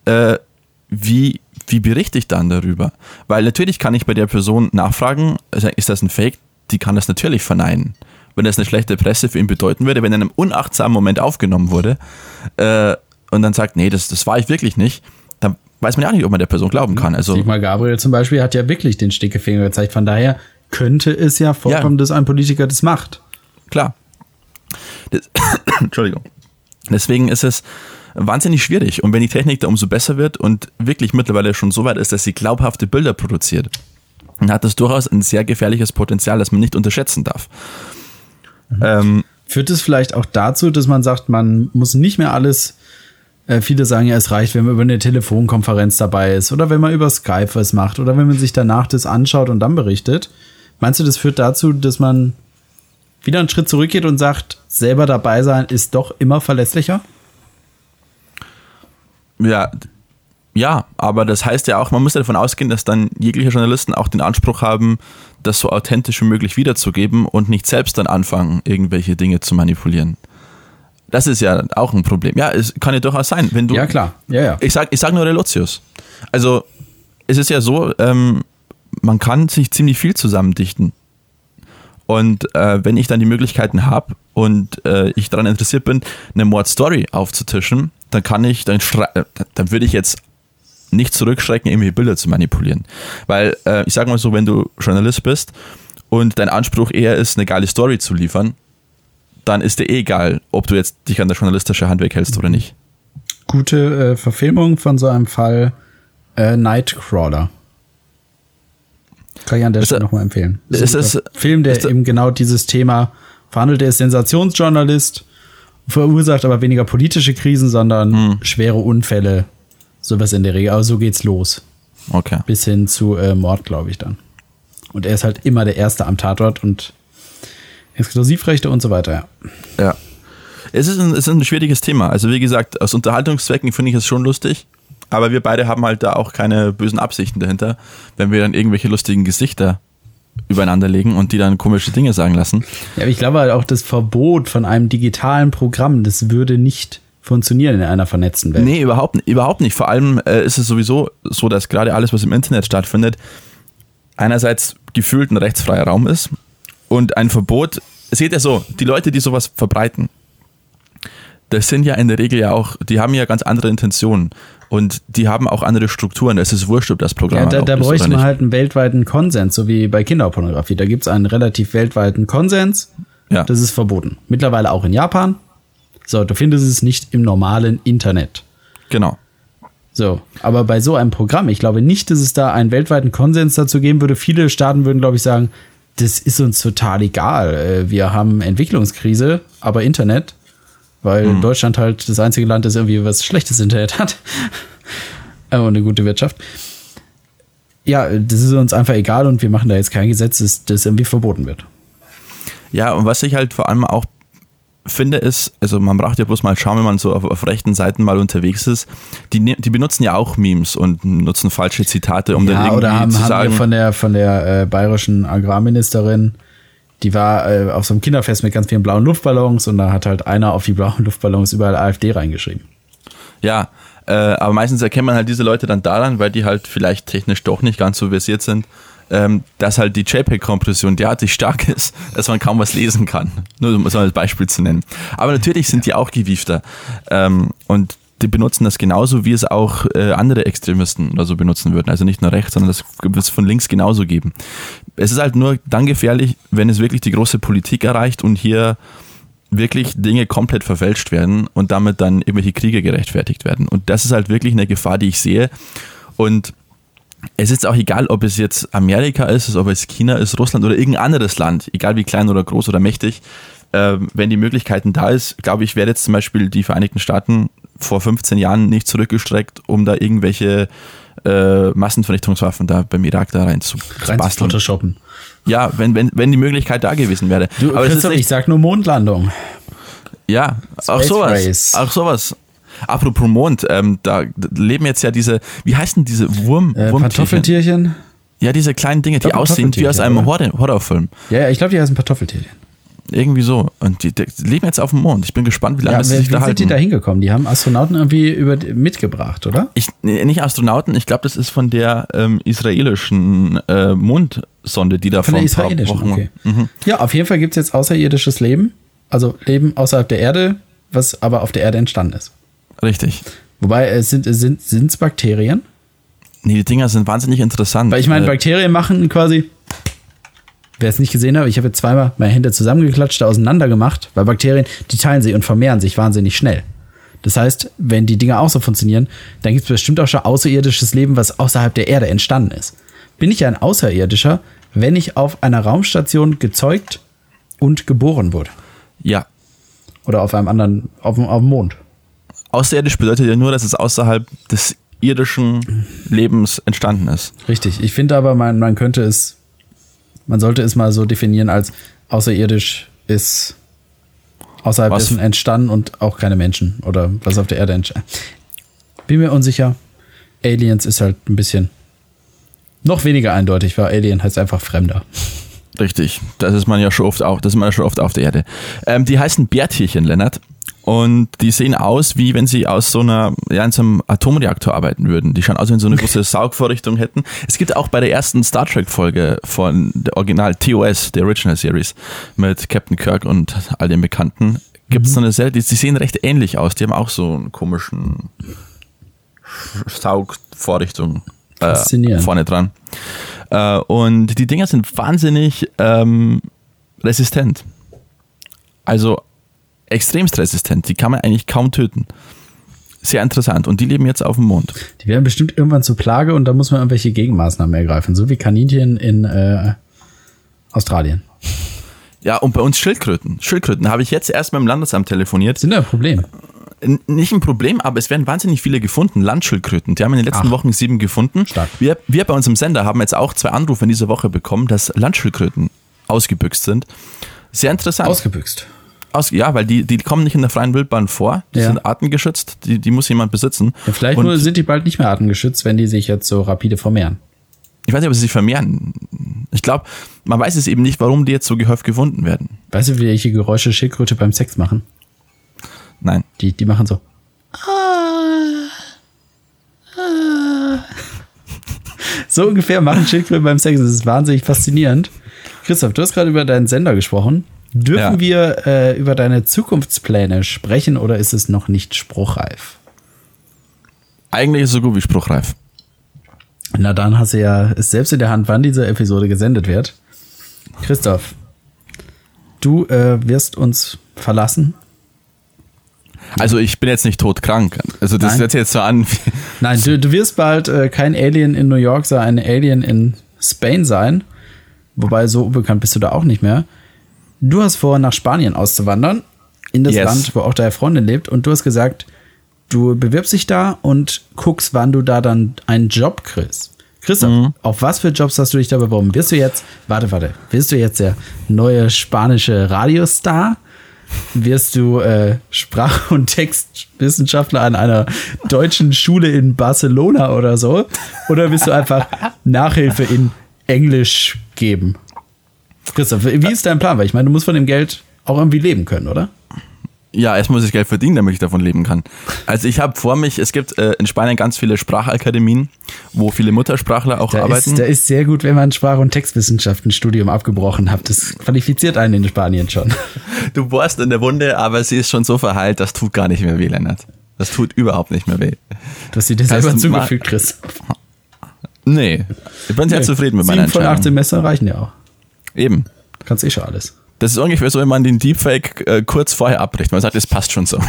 wie berichte ich dann darüber? Weil natürlich kann ich bei der Person nachfragen, ist das ein Fake? Die kann das natürlich verneinen. Wenn das eine schlechte Presse für ihn bedeuten würde, wenn er in einem unachtsamen Moment aufgenommen wurde und dann sagt, nee, das war ich wirklich nicht, dann weiß man ja auch nicht, ob man der Person glauben kann. Also
Sigmar Gabriel zum Beispiel hat ja wirklich den Stinkefinger gezeigt, von daher könnte es ja vorkommen, dass ein Politiker das macht.
Klar. Entschuldigung. Deswegen ist es wahnsinnig schwierig. Und wenn die Technik da umso besser wird und wirklich mittlerweile schon so weit ist, dass sie glaubhafte Bilder produziert, dann hat das durchaus ein sehr gefährliches Potenzial, das man nicht unterschätzen darf.
Führt es vielleicht auch dazu, dass man sagt, man muss nicht mehr alles, viele sagen ja, es reicht, wenn man über eine Telefonkonferenz dabei ist oder wenn man über Skype was macht oder wenn man sich danach das anschaut und dann berichtet. Meinst du, das führt dazu, dass man wieder einen Schritt zurückgeht und sagt, selber dabei sein ist doch immer verlässlicher?
Ja, aber das heißt ja auch, man muss ja davon ausgehen, dass dann jegliche Journalisten auch den Anspruch haben, das so authentisch wie möglich wiederzugeben und nicht selbst dann anfangen, irgendwelche Dinge zu manipulieren. Das ist ja auch ein Problem. Ja, es kann ja durchaus sein. Wenn du,
ja, klar. Ja.
Ich sag nur Relotius. Also, es ist ja so, man kann sich ziemlich viel zusammendichten. Und wenn ich dann die Möglichkeiten habe und ich daran interessiert bin, eine Mordstory aufzutischen, dann würde ich jetzt nicht zurückschrecken, irgendwelche Bilder zu manipulieren. Weil, ich sage mal so, wenn du Journalist bist und dein Anspruch eher ist, eine geile Story zu liefern, dann ist dir egal, ob du jetzt dich an das journalistische Handwerk hältst oder nicht.
Gute Verfilmung von so einem Fall, Nightcrawler. Kann ich an der Stelle nochmal empfehlen. Das ist ein Film, der eben genau dieses Thema verhandelt. Der ist Sensationsjournalist, verursacht aber weniger politische Krisen, sondern schwere Unfälle. Sowas in der Regel. Aber so geht's los.
Okay.
Bis hin zu Mord, glaube ich dann. Und er ist halt immer der Erste am Tatort und Exklusivrechte und so weiter,
ja. Es ist ein schwieriges Thema. Also wie gesagt, aus Unterhaltungszwecken finde ich es schon lustig. Aber wir beide haben halt da auch keine bösen Absichten dahinter, wenn wir dann irgendwelche lustigen Gesichter übereinander legen und die dann komische Dinge sagen lassen.
Ja, aber ich glaube halt auch, das Verbot von einem digitalen Programm, das würde nicht funktionieren in einer vernetzten Welt.
Nee, überhaupt nicht. Vor allem ist es sowieso so, dass gerade alles, was im Internet stattfindet, einerseits gefühlt ein rechtsfreier Raum ist und ein Verbot, es geht ja so, die Leute, die sowas verbreiten, das sind ja in der Regel ja auch, die haben ja ganz andere Intentionen und die haben auch andere Strukturen. Es ist wurscht, ob das Programm
ja, da bräuchte man halt einen weltweiten Konsens, so wie bei Kinderpornografie. Da gibt es einen relativ weltweiten Konsens, ja. Das ist verboten. Mittlerweile auch in Japan. So, du findest es nicht im normalen Internet.
Genau.
So, aber bei so einem Programm, ich glaube nicht, dass es da einen weltweiten Konsens dazu geben würde. Viele Staaten würden, glaube ich, sagen, das ist uns total egal. Wir haben Entwicklungskrise, aber Internet. weil Deutschland halt das einzige Land ist, irgendwie was schlechtes Internet hat. Aber eine gute Wirtschaft. Ja, das ist uns einfach egal und wir machen da jetzt kein Gesetz, das irgendwie verboten wird.
Ja, und was ich halt vor allem auch finde ist, also man braucht ja bloß mal schauen, wenn man so auf rechten Seiten mal unterwegs ist, die benutzen ja auch Memes und nutzen falsche Zitate, um dann irgendwie
oder haben
zu sagen.
von der bayerischen Agrarministerin, die war auf so einem Kinderfest mit ganz vielen blauen Luftballons und da hat halt einer auf die blauen Luftballons überall AfD reingeschrieben.
Ja, aber meistens erkennt man halt diese Leute dann daran, weil die halt vielleicht technisch doch nicht ganz so versiert sind, dass halt die JPEG-Kompression derartig stark ist, dass man kaum was lesen kann. Nur um so ein Beispiel zu nennen. Aber natürlich sind die auch gewiefter. Und die benutzen das genauso, wie es auch andere Extremisten oder so benutzen würden. Also nicht nur rechts, sondern das wird es von links genauso geben. Es ist halt nur dann gefährlich, wenn es wirklich die große Politik erreicht und hier wirklich Dinge komplett verfälscht werden und damit dann irgendwelche Kriege gerechtfertigt werden. Und das ist halt wirklich eine Gefahr, die ich sehe. Und es ist auch egal, ob es jetzt Amerika ist, ob es China ist, Russland oder irgendein anderes Land, egal wie klein oder groß oder mächtig, wenn die Möglichkeiten da ist, glaube ich, wäre jetzt zum Beispiel die Vereinigten Staaten vor 15 Jahren nicht zurückgestreckt, um da irgendwelche Massenvernichtungswaffen da beim Irak da rein zu basteln.
Photoshoppen.
Ja, wenn die Möglichkeit da gewesen wäre.
Du,
aber
Christoph, ich sag nur Mondlandung.
Ja, auch sowas. Apropos Mond, da leben jetzt ja diese, wie heißen diese
Kartoffeltierchen?
Ja, diese kleinen Dinge, die aussehen wie aus einem Horrorfilm.
Ja, ich glaube, die heißen Kartoffeltierchen.
Irgendwie so. Und die leben jetzt auf dem Mond. Ich bin gespannt, wie lange sie sich da halten.
Wie sind die da hingekommen? Die haben Astronauten irgendwie mitgebracht, oder?
Nicht Astronauten, ich glaube, das ist von der israelischen Mondsonde, die da vor ein paar Wochen...
Okay. Ja, auf jeden Fall gibt es jetzt außerirdisches Leben. Also Leben außerhalb der Erde, was aber auf der Erde entstanden ist.
Richtig.
Wobei, sind es Bakterien?
Nee, die Dinger sind wahnsinnig interessant.
Weil ich meine, Bakterien machen quasi... Wer es nicht gesehen hat, ich habe jetzt zweimal meine Hände zusammengeklatscht, auseinander gemacht, weil Bakterien, die teilen sich und vermehren sich wahnsinnig schnell. Das heißt, wenn die Dinger auch so funktionieren, dann gibt es bestimmt auch schon außerirdisches Leben, was außerhalb der Erde entstanden ist. Bin ich ein Außerirdischer, wenn ich auf einer Raumstation gezeugt und geboren wurde?
Ja.
Oder auf einem anderen, auf dem Mond?
Außerirdisch bedeutet ja nur, dass es außerhalb des irdischen Lebens entstanden ist.
Richtig. Ich finde aber, man sollte es mal so definieren, als außerirdisch ist außerhalb dessen entstanden und auch keine Menschen oder was auf der Erde entstanden. Bin mir unsicher. Aliens ist halt ein bisschen noch weniger eindeutig, weil Alien heißt einfach Fremder.
Richtig, das ist man ja schon oft auf der Erde. Die heißen Bärtierchen, Lennart. Und die sehen aus, wie wenn sie aus in so einem Atomreaktor arbeiten würden. Die schauen aus, wie wenn sie so eine große Saugvorrichtung hätten. Es gibt auch bei der ersten Star Trek-Folge von der Original TOS, der Original Series, mit Captain Kirk und all den Bekannten, gibt es so eine Serie, die sehen recht ähnlich aus. Die haben auch so einen komischen Saugvorrichtung vorne dran. Und die Dinger sind wahnsinnig resistent. Also extremst resistent. Die kann man eigentlich kaum töten. Sehr interessant. Und die leben jetzt auf dem Mond.
Die werden bestimmt irgendwann zur Plage und da muss man irgendwelche Gegenmaßnahmen ergreifen. So wie Kaninchen in Australien.
Ja, und bei uns Schildkröten. Schildkröten habe ich jetzt erst beim Landesamt telefoniert.
Sind da ein Problem?
Nicht ein Problem, aber es werden wahnsinnig viele gefunden. Landschildkröten. Die haben in den letzten Wochen 7 gefunden.
Stark.
Wir bei uns im Sender haben jetzt auch 2 Anrufe in dieser Woche bekommen, dass Landschildkröten ausgebüxt sind. Sehr interessant.
Ausgebüxt?
Ja, weil die kommen nicht in der freien Wildbahn vor. Die sind artengeschützt. Die muss jemand besitzen.
Ja, vielleicht nur sind die bald nicht mehr artengeschützt, wenn die sich jetzt so rapide vermehren.
Ich weiß nicht, ob sie sich vermehren. Ich glaube, man weiß es eben nicht, warum die jetzt so gehäuft gefunden werden.
Weißt du, welche Geräusche Schildkröte beim Sex machen?
Nein.
Die machen so. So ungefähr machen Schildkröten beim Sex. Das ist wahnsinnig faszinierend. Christoph, du hast gerade über deinen Sender gesprochen. Dürfen wir über deine Zukunftspläne sprechen oder ist es noch nicht spruchreif?
Eigentlich ist es so gut wie spruchreif.
Na, dann hast du ja es selbst in der Hand, wann diese Episode gesendet wird. Christoph, du wirst uns verlassen.
Also ich bin jetzt nicht todkrank. Also das hört sich jetzt so an.
Nein, du wirst bald kein Alien in New York, sondern ein Alien in Spain sein. Wobei, so unbekannt bist du da auch nicht mehr. Du hast vor, nach Spanien auszuwandern. in das Land, wo auch deine Freundin lebt. Und du hast gesagt, du bewirbst dich da und guckst, wann du da dann einen Job kriegst. Christoph, auf was für Jobs hast du dich da beworben? Wirst du jetzt der neue spanische Radiostar? Wirst du Sprach- und Textwissenschaftler an einer deutschen Schule in Barcelona oder so? Oder wirst du einfach Nachhilfe in Englisch geben? Christoph, wie ist dein Plan? Weil ich meine, du musst von dem Geld auch irgendwie leben können, oder?
Ja, erst muss ich Geld verdienen, damit ich davon leben kann. Also ich habe vor mich, es gibt in Spanien ganz viele Sprachakademien, wo viele Muttersprachler auch arbeiten.
Da ist sehr gut, wenn man Sprach- und Textwissenschaften-Studium abgebrochen hat. Das qualifiziert einen in Spanien schon.
Du bohrst in der Wunde, aber sie ist schon so verheilt, das tut gar nicht mehr weh, Lennart. Das tut überhaupt nicht mehr weh.
Du hast sie dir selber zugefügt, Chris.
Nee, ich bin sehr zufrieden mit meiner
7 von
Entscheidung.
18 Messer reichen ja auch.
Eben.
Kannst schon alles.
Das ist ungefähr so, wenn man den Deepfake kurz vorher abbricht. Man sagt, es passt schon so.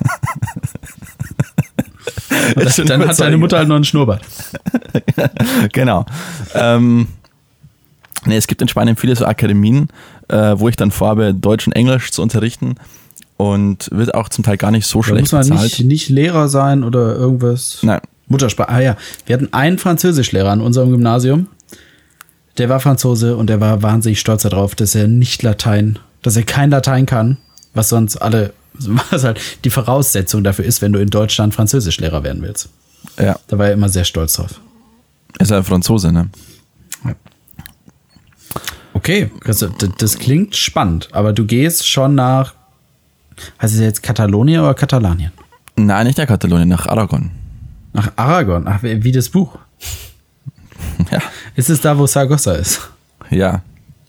Dann hat deine Mutter halt noch einen Schnurrbart.
Genau. Es gibt in Spanien viele so Akademien, wo ich dann vorhabe, Deutsch und Englisch zu unterrichten. Und wird auch zum Teil gar nicht so schlecht bezahlt.
Da muss man nicht Lehrer sein oder irgendwas.
Nein.
Muttersprache. Ah ja, wir hatten einen Französischlehrer an unserem Gymnasium. Der war Franzose und der war wahnsinnig stolz darauf, dass er kein Latein kann, was halt die Voraussetzung dafür ist, wenn du in Deutschland Französischlehrer werden willst.
Ja.
Da war er immer sehr stolz drauf.
Er ist ja Franzose, ne?
Ja. Okay, das klingt spannend, aber du gehst schon nach, heißt es jetzt Katalonien oder Katalanien?
Nein, nicht nach Katalonien, nach Aragon.
Nach Aragon, ach, wie das Buch.
Ja.
Ist es da, wo Saragossa ist?
Ja.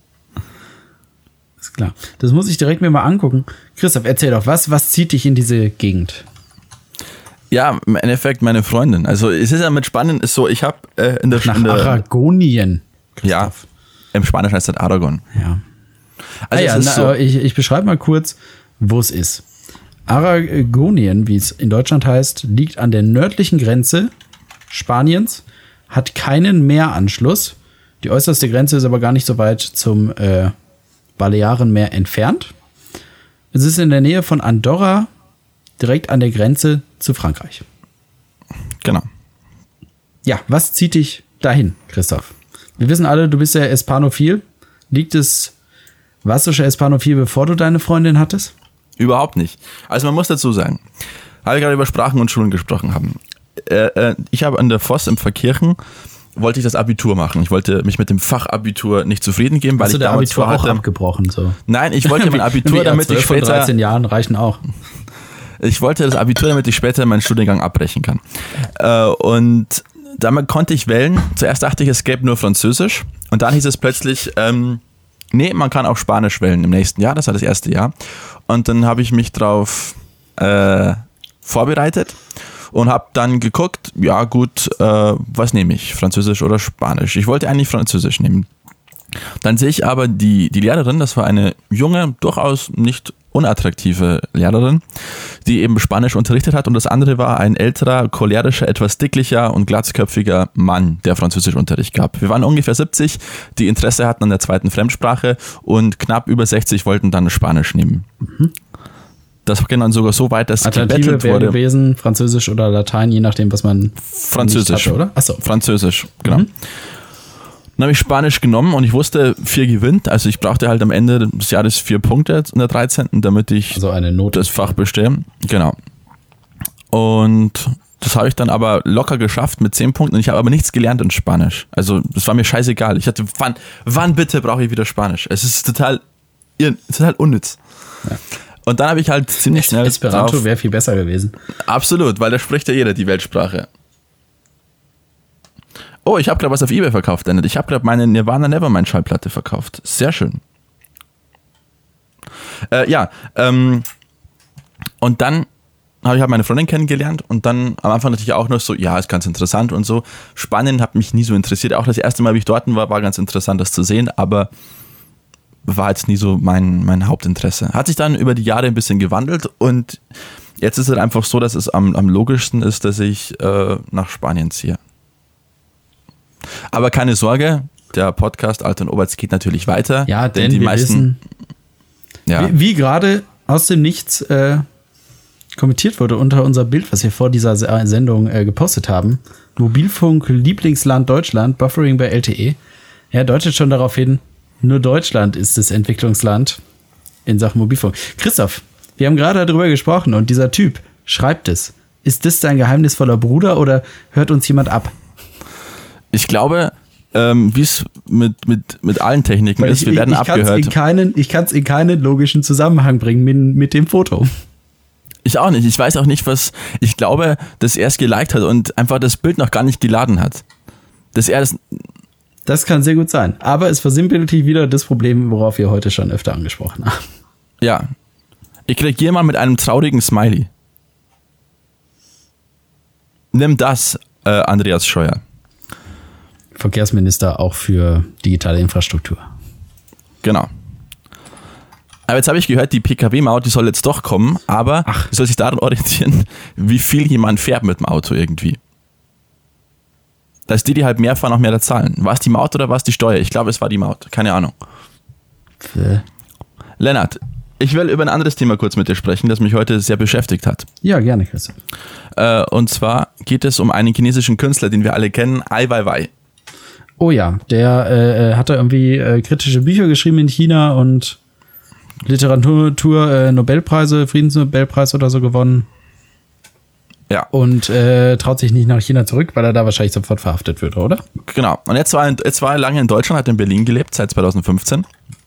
Ist klar. Das muss ich direkt mir mal angucken. Christoph, erzähl doch, was zieht dich in diese Gegend?
Ja, im Endeffekt meine Freundin. Also es ist ja mit Spanien, ist so, ich habe
Nach Aragonien.
Christoph. Ja, im Spanischen heißt das Aragon.
Ja.
Also
ich beschreibe mal kurz, wo es ist. Aragonien, wie es in Deutschland heißt, liegt an der nördlichen Grenze Spaniens, hat keinen Meeranschluss. Die äußerste Grenze ist aber gar nicht so weit zum Balearenmeer entfernt. Es ist in der Nähe von Andorra, direkt an der Grenze zu Frankreich.
Genau.
Ja, was zieht dich dahin, Christoph? Wir wissen alle, du bist ja Espanophil. Warst du schon Espanophil, bevor du deine Freundin hattest?
Überhaupt nicht. Also man muss dazu sagen, weil wir gerade über Sprachen und Schulen gesprochen haben. Ich habe an der Voss im Verkirchen wollte ich das Abitur machen. Ich wollte mich mit dem Fachabitur nicht zufrieden geben, weil
Hast
ich
du
damals
Abitur auch abgebrochen so?
Nein, ich wollte mein Abitur, damit ich später
13 Jahren reichen auch.
Ich wollte das Abitur, damit ich später meinen Studiengang abbrechen kann. Und damit konnte ich wählen. Zuerst dachte ich, es gäbe nur Französisch. Und dann hieß es plötzlich, nee, man kann auch Spanisch wählen im nächsten Jahr. Das war das erste Jahr. Und dann habe ich mich drauf vorbereitet und habe dann geguckt, ja gut, was nehme ich, Französisch oder Spanisch? Ich wollte eigentlich Französisch nehmen. Dann sehe ich aber die Lehrerin, das war eine junge, durchaus nicht unattraktive Lehrerin, die eben Spanisch unterrichtet hat, und das andere war ein älterer, cholerischer, etwas dicklicher und glatzköpfiger Mann, der Französischunterricht gab. Wir waren ungefähr 70, die Interesse hatten an der zweiten Fremdsprache, und knapp über 60 wollten dann Spanisch nehmen. Mhm. Das ging dann sogar so weit, dass
Alternative wäre gewesen, Französisch oder Latein, je nachdem, was man
Französisch
hatte, oder? Achso.
Französisch, genau. Mhm. Dann habe ich Spanisch genommen und ich wusste, 4 gewinnt. Also ich brauchte halt am Ende des Jahres 4 Punkte in der 13., damit ich
eine Note
das Fach bestehe. Genau. Und das habe ich dann aber locker geschafft mit 10 Punkten, und ich habe aber nichts gelernt in Spanisch. Also das war mir scheißegal. Ich hatte, wann bitte brauche ich wieder Spanisch? Es ist total unnütz. Ja. Und dann habe ich halt ziemlich schnell
Esperanto wäre viel besser gewesen.
Absolut, weil da spricht ja jeder die Weltsprache. Oh, ich habe gerade was auf eBay verkauft, Annette. Ich habe gerade meine Nirvana Nevermind Schallplatte verkauft. Sehr schön. Und dann habe ich halt meine Freundin kennengelernt, und dann am Anfang natürlich auch noch so, ja, ist ganz interessant und so. Spanien hat mich nie so interessiert. Auch das erste Mal, wie ich dort war ganz interessant, das zu sehen, aber war jetzt nie so mein Hauptinteresse. Hat sich dann über die Jahre ein bisschen gewandelt, und jetzt ist es einfach so, dass es am logischsten ist, dass ich nach Spanien ziehe. Aber keine Sorge, der Podcast Alt und Oberts geht natürlich weiter.
Ja, denn die meisten wissen, wie gerade aus dem Nichts kommentiert wurde unter unser Bild, was wir vor dieser Sendung gepostet haben. Mobilfunk Lieblingsland Deutschland, Buffering bei LTE. Ja, deutet schon darauf hin, nur Deutschland ist das Entwicklungsland in Sachen Mobilfunk. Christoph, wir haben gerade darüber gesprochen und dieser Typ schreibt es. Ist das dein geheimnisvoller Bruder oder hört uns jemand ab?
Ich glaube, wie es mit allen Techniken ist, wir werden abgehört.
Ich kann es in keinen logischen Zusammenhang bringen mit dem Foto.
Ich auch nicht. Ich weiß auch nicht, was. Ich glaube, dass er es geliked hat und einfach das Bild noch gar nicht geladen hat. Dass er das.
Das kann sehr gut sein. Aber es versinnbildlicht wieder das Problem, worauf wir heute schon öfter angesprochen haben.
Ja. Ich reagiere mal mit einem traurigen Smiley. Nimm das, Andreas Scheuer.
Verkehrsminister auch für digitale Infrastruktur.
Genau. Aber jetzt habe ich gehört, die PKW-Maut, die soll jetzt doch kommen, aber die soll sich daran orientieren, wie viel jemand fährt mit dem Auto irgendwie. Dass die halt mehr fahren, auch mehr da zahlen. War es die Maut oder war es die Steuer? Ich glaube, es war die Maut. Keine Ahnung. Lennart, ich will über ein anderes Thema kurz mit dir sprechen, das mich heute sehr beschäftigt hat.
Ja, gerne, Christoph.
Und zwar geht es um einen chinesischen Künstler, den wir alle kennen, Ai Weiwei.
Oh ja, der hat da irgendwie kritische Bücher geschrieben in China und Literatur, Nobelpreise, Friedensnobelpreis oder so gewonnen.
Ja.
Und traut sich nicht nach China zurück, weil er da wahrscheinlich sofort verhaftet wird, oder?
Genau. Und jetzt war er lange in Deutschland, hat in Berlin gelebt, seit 2015.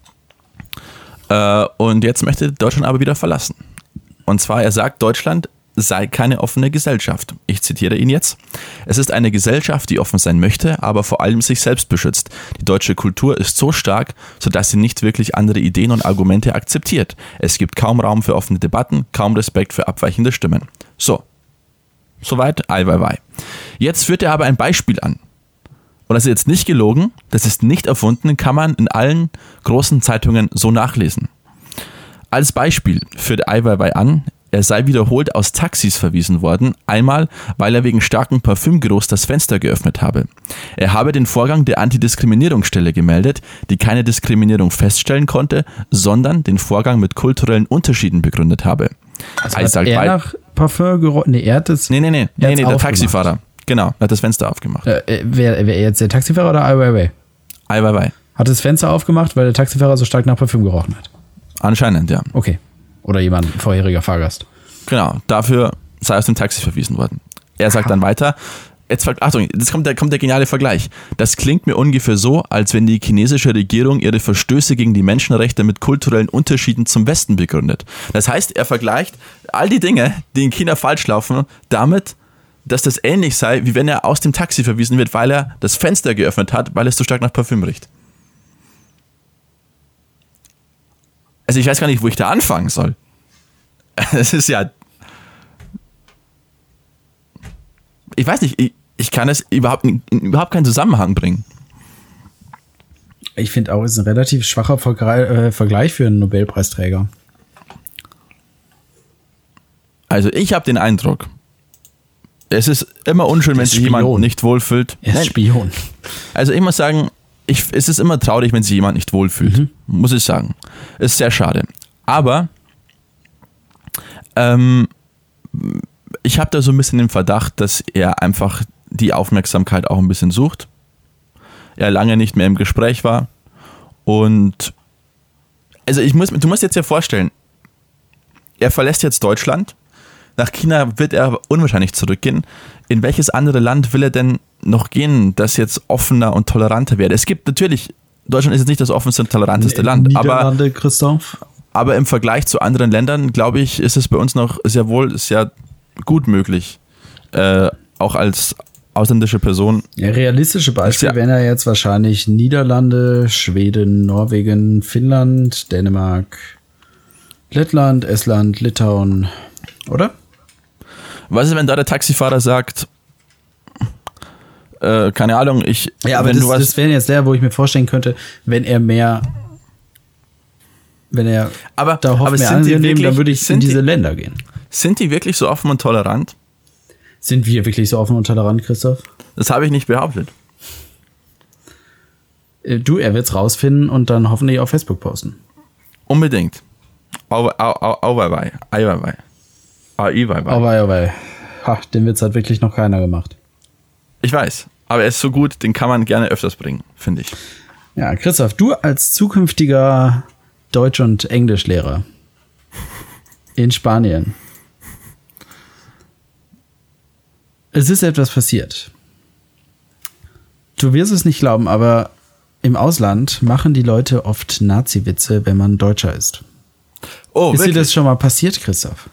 Und jetzt möchte Deutschland aber wieder verlassen. Und zwar, er sagt, Deutschland sei keine offene Gesellschaft. Ich zitiere ihn jetzt. Es ist eine Gesellschaft, die offen sein möchte, aber vor allem sich selbst beschützt. Die deutsche Kultur ist so stark, sodass sie nicht wirklich andere Ideen und Argumente akzeptiert. Es gibt kaum Raum für offene Debatten, kaum Respekt für abweichende Stimmen. So. Soweit Ai Weiwei. Jetzt führt er aber ein Beispiel an. Und das ist jetzt nicht gelogen, das ist nicht erfunden, kann man in allen großen Zeitungen so nachlesen. Als Beispiel führt Ai Weiwei an, er sei wiederholt aus Taxis verwiesen worden, einmal, weil er wegen starken Parfümgeruchs das Fenster geöffnet habe. Er habe den Vorgang der Antidiskriminierungsstelle gemeldet, die keine Diskriminierung feststellen konnte, sondern den Vorgang mit kulturellen Unterschieden begründet habe.
Also hat er nach Parfüm gerochen? Nee, er hat das...
Nee, der Taxifahrer. Genau, er hat das Fenster aufgemacht.
Wer jetzt der Taxifahrer oder Ai Weiwei?
Ai Weiwei.
Hat das Fenster aufgemacht, weil der Taxifahrer so stark nach Parfüm gerochen hat?
Anscheinend, ja.
Okay. Oder jemand, vorheriger Fahrgast.
Genau, dafür sei aus dem Taxi verwiesen worden. Er sagt dann weiter, Achtung, jetzt kommt der geniale Vergleich. Das klingt mir ungefähr so, als wenn die chinesische Regierung ihre Verstöße gegen die Menschenrechte mit kulturellen Unterschieden zum Westen begründet. Das heißt, er vergleicht all die Dinge, die in China falsch laufen, damit, dass das ähnlich sei, wie wenn er aus dem Taxi verwiesen wird, weil er das Fenster geöffnet hat, weil es so stark nach Parfüm riecht. Also ich weiß gar nicht, wo ich da anfangen soll. Es ist ja... Ich weiß nicht, ich kann es überhaupt keinen Zusammenhang bringen.
Ich finde auch, es ist ein relativ schwacher Vergleich für einen Nobelpreisträger.
Also ich habe den Eindruck, es ist immer unschön, wenn sich jemand nicht wohlfühlt.
Er ist Spion.
Also ich muss sagen, es ist immer traurig, wenn sich jemand nicht wohlfühlt. Muss ich sagen. Ist sehr schade. Aber ich habe da so ein bisschen den Verdacht, dass er einfach die Aufmerksamkeit auch ein bisschen sucht. Er lange nicht mehr im Gespräch war. Und also du musst jetzt ja vorstellen, er verlässt jetzt Deutschland. Nach China wird er unwahrscheinlich zurückgehen. In welches andere Land will er denn noch gehen, das jetzt offener und toleranter wird? Es gibt natürlich, Deutschland ist jetzt nicht das offenste und toleranteste Land,
Niederlande, Christoph.
Aber im Vergleich zu anderen Ländern, glaube ich, ist es bei uns noch sehr gut möglich, auch als ausländische Person.
Ja, realistische Beispiele wären ja jetzt wahrscheinlich Niederlande, Schweden, Norwegen, Finnland, Dänemark, Lettland, Estland, Litauen, oder?
Was ist, wenn da der Taxifahrer sagt, keine Ahnung,
Ja, aber das wäre jetzt der, wo ich mir vorstellen könnte, wenn er da hofft mehr annehmen, dann würde ich in diese Länder gehen.
Sind die wirklich so offen und tolerant?
Sind wir wirklich so offen und tolerant, Christoph?
Das habe ich nicht behauptet.
Er wird's rausfinden und dann hoffentlich auf Facebook posten.
Unbedingt. Auweihweih.
Aber den Witz hat wirklich noch keiner gemacht.
Ich weiß, aber er ist so gut, den kann man gerne öfters bringen, finde ich.
Ja, Christoph, du als zukünftiger Deutsch- und Englischlehrer in Spanien. Es ist etwas passiert. Du wirst es nicht glauben, aber im Ausland machen die Leute oft Nazi-Witze, wenn man Deutscher ist.
Oh,
ist
wirklich?
dir das schon mal passiert, Christoph?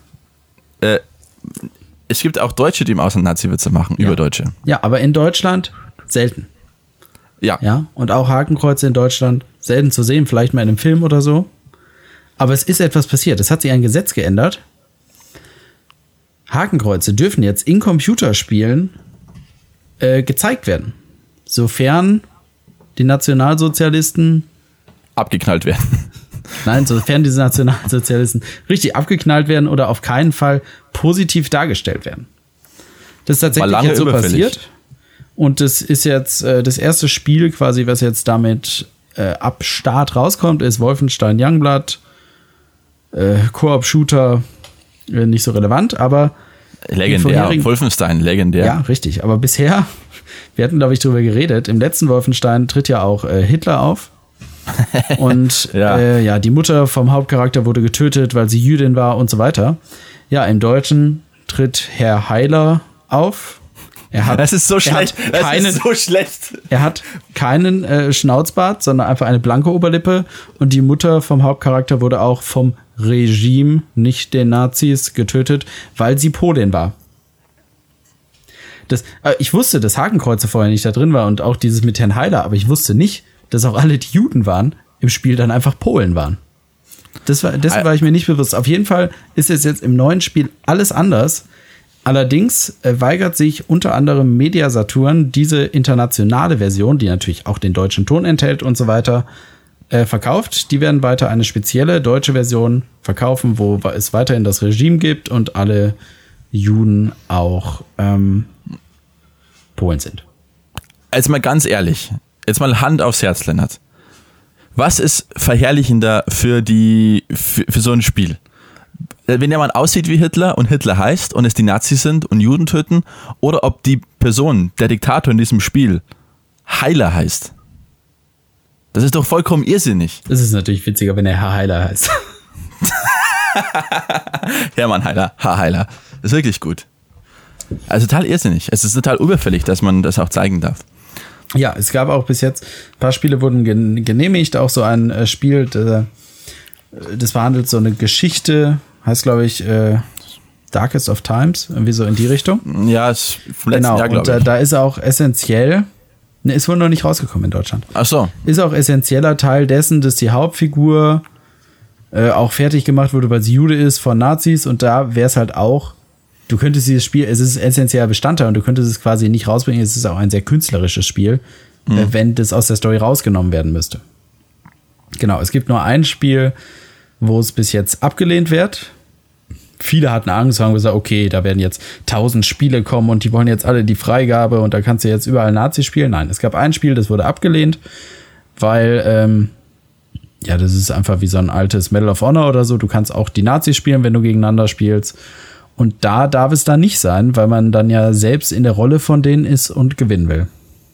Es gibt auch Deutsche, die im Ausland Nazi-Witze machen, über Deutsche.
Ja, aber in Deutschland selten.
Ja.
Ja, und auch Hakenkreuze in Deutschland selten zu sehen, vielleicht mal in einem Film oder so. Aber es ist etwas passiert. Es hat sich ein Gesetz geändert. Hakenkreuze dürfen jetzt in Computerspielen gezeigt werden. Sofern die Nationalsozialisten
Abgeknallt werden.
Nein, sofern diese Nationalsozialisten richtig abgeknallt werden oder auf keinen Fall positiv dargestellt werden. Das ist tatsächlich jetzt so passiert. Und das ist jetzt das erste Spiel quasi, was jetzt damit ab Start rauskommt, ist Wolfenstein Youngblood. Koop-Shooter, nicht so relevant, aber
legendär, Wolfenstein, legendär.
Ja, richtig. Aber bisher, wir hatten, glaube ich, drüber geredet, im letzten Wolfenstein tritt ja auch Hitler auf. Und die Mutter vom Hauptcharakter wurde getötet, weil sie Jüdin war und so weiter. Ja, im Deutschen tritt Herr Heiler auf.
Das ist so schlecht.
Er hat keinen Schnauzbart, sondern einfach eine blanke Oberlippe. Und die Mutter vom Hauptcharakter wurde auch vom Regime, nicht den Nazis, getötet, weil sie Polin war. Ich wusste, dass Hakenkreuze vorher nicht da drin war und auch dieses mit Herrn Heiler, aber ich wusste nicht, dass auch alle, die Juden waren, im Spiel dann einfach Polen waren. Dessen war ich mir nicht bewusst. Auf jeden Fall ist es jetzt im neuen Spiel alles anders. Allerdings weigert sich unter anderem Media Saturn, diese internationale Version, die natürlich auch den deutschen Ton enthält und so weiter, verkauft. Die werden weiter eine spezielle deutsche Version verkaufen, wo es weiterhin das Regime gibt und alle Juden auch Polen sind.
Also mal ganz ehrlich, jetzt mal Hand aufs Herz, Lennart. Was ist verherrlichender für so ein Spiel? Wenn jemand aussieht wie Hitler und Hitler heißt und es die Nazis sind und Juden töten, oder ob die Person, der Diktator in diesem Spiel, Heiler heißt. Das ist doch vollkommen irrsinnig.
Das ist natürlich witziger, wenn er Herr Heiler heißt.
Hermann Heiler, Herr Heiler. Das ist wirklich gut. Also total irrsinnig. Es ist total überfällig, dass man das auch zeigen darf.
Ja, es gab auch bis jetzt, ein paar Spiele wurden genehmigt, auch so ein Spiel, das behandelt so eine Geschichte, heißt glaube ich Darkest of Times, irgendwie so in die Richtung.
Ja, ist vom letzten Jahr, glaube ich.
Und da ist auch essentiell, ist wohl noch nicht rausgekommen in Deutschland.
Ach so.
Ist auch essentieller Teil dessen, dass die Hauptfigur auch fertig gemacht wurde, weil sie Jude ist, von Nazis, und da wäre es halt auch, du könntest dieses Spiel, es ist essentieller Bestandteil und du könntest es quasi nicht rausbringen, es ist auch ein sehr künstlerisches Spiel, wenn das aus der Story rausgenommen werden müsste. Genau, es gibt nur ein Spiel, wo es bis jetzt abgelehnt wird. Viele hatten Angst, haben gesagt, okay, da werden jetzt 1000 Spiele kommen und die wollen jetzt alle die Freigabe und da kannst du jetzt überall Nazi spielen. Nein, es gab ein Spiel, das wurde abgelehnt, weil, das ist einfach wie so ein altes Medal of Honor oder so. Du kannst auch die Nazis spielen, wenn du gegeneinander spielst. Und da darf es dann nicht sein, weil man dann ja selbst in der Rolle von denen ist und gewinnen will.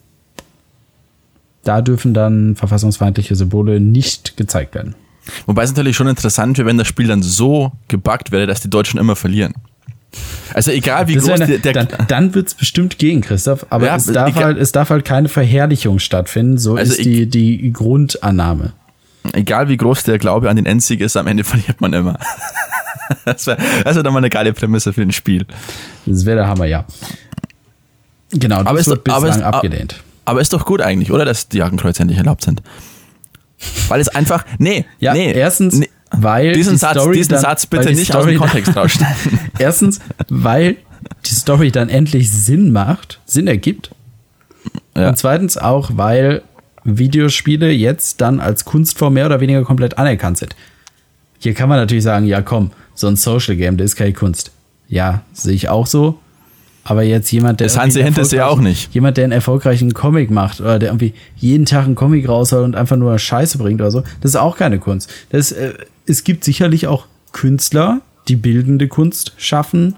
Da dürfen dann verfassungsfeindliche Symbole nicht gezeigt werden.
Wobei es natürlich schon interessant wäre, wenn das Spiel dann so gebuggt wäre, dass die Deutschen immer verlieren. Also egal wie groß
dann wird es bestimmt gehen, Christoph, aber ja, es darf halt keine Verherrlichung stattfinden, so also ist die Grundannahme.
Egal wie groß der Glaube an den Endsieg ist, am Ende verliert man immer. Das wäre doch mal eine geile Prämisse für ein Spiel.
Das wäre der Hammer, ja. Genau, das wird bislang abgelehnt.
Aber ist doch gut eigentlich, oder, dass die Hakenkreuze endlich erlaubt sind. Weil es einfach,
erstens, weil
diesen Satz bitte nicht aus dem Kontext rausschneiden.
Erstens, weil die Story dann endlich Sinn ergibt. Ja. Und zweitens auch, weil Videospiele jetzt dann als Kunstform mehr oder weniger komplett anerkannt sind. Hier kann man natürlich sagen, ja komm, so ein Social Game, das ist keine Kunst. Ja, sehe ich auch so. Aber jetzt jemand, der
das Hansi Hentes ja auch nicht.
Jemand, der einen erfolgreichen Comic macht oder der irgendwie jeden Tag einen Comic raushaut und einfach nur Scheiße bringt oder so, das ist auch keine Kunst. Das es gibt sicherlich auch Künstler, die bildende Kunst schaffen,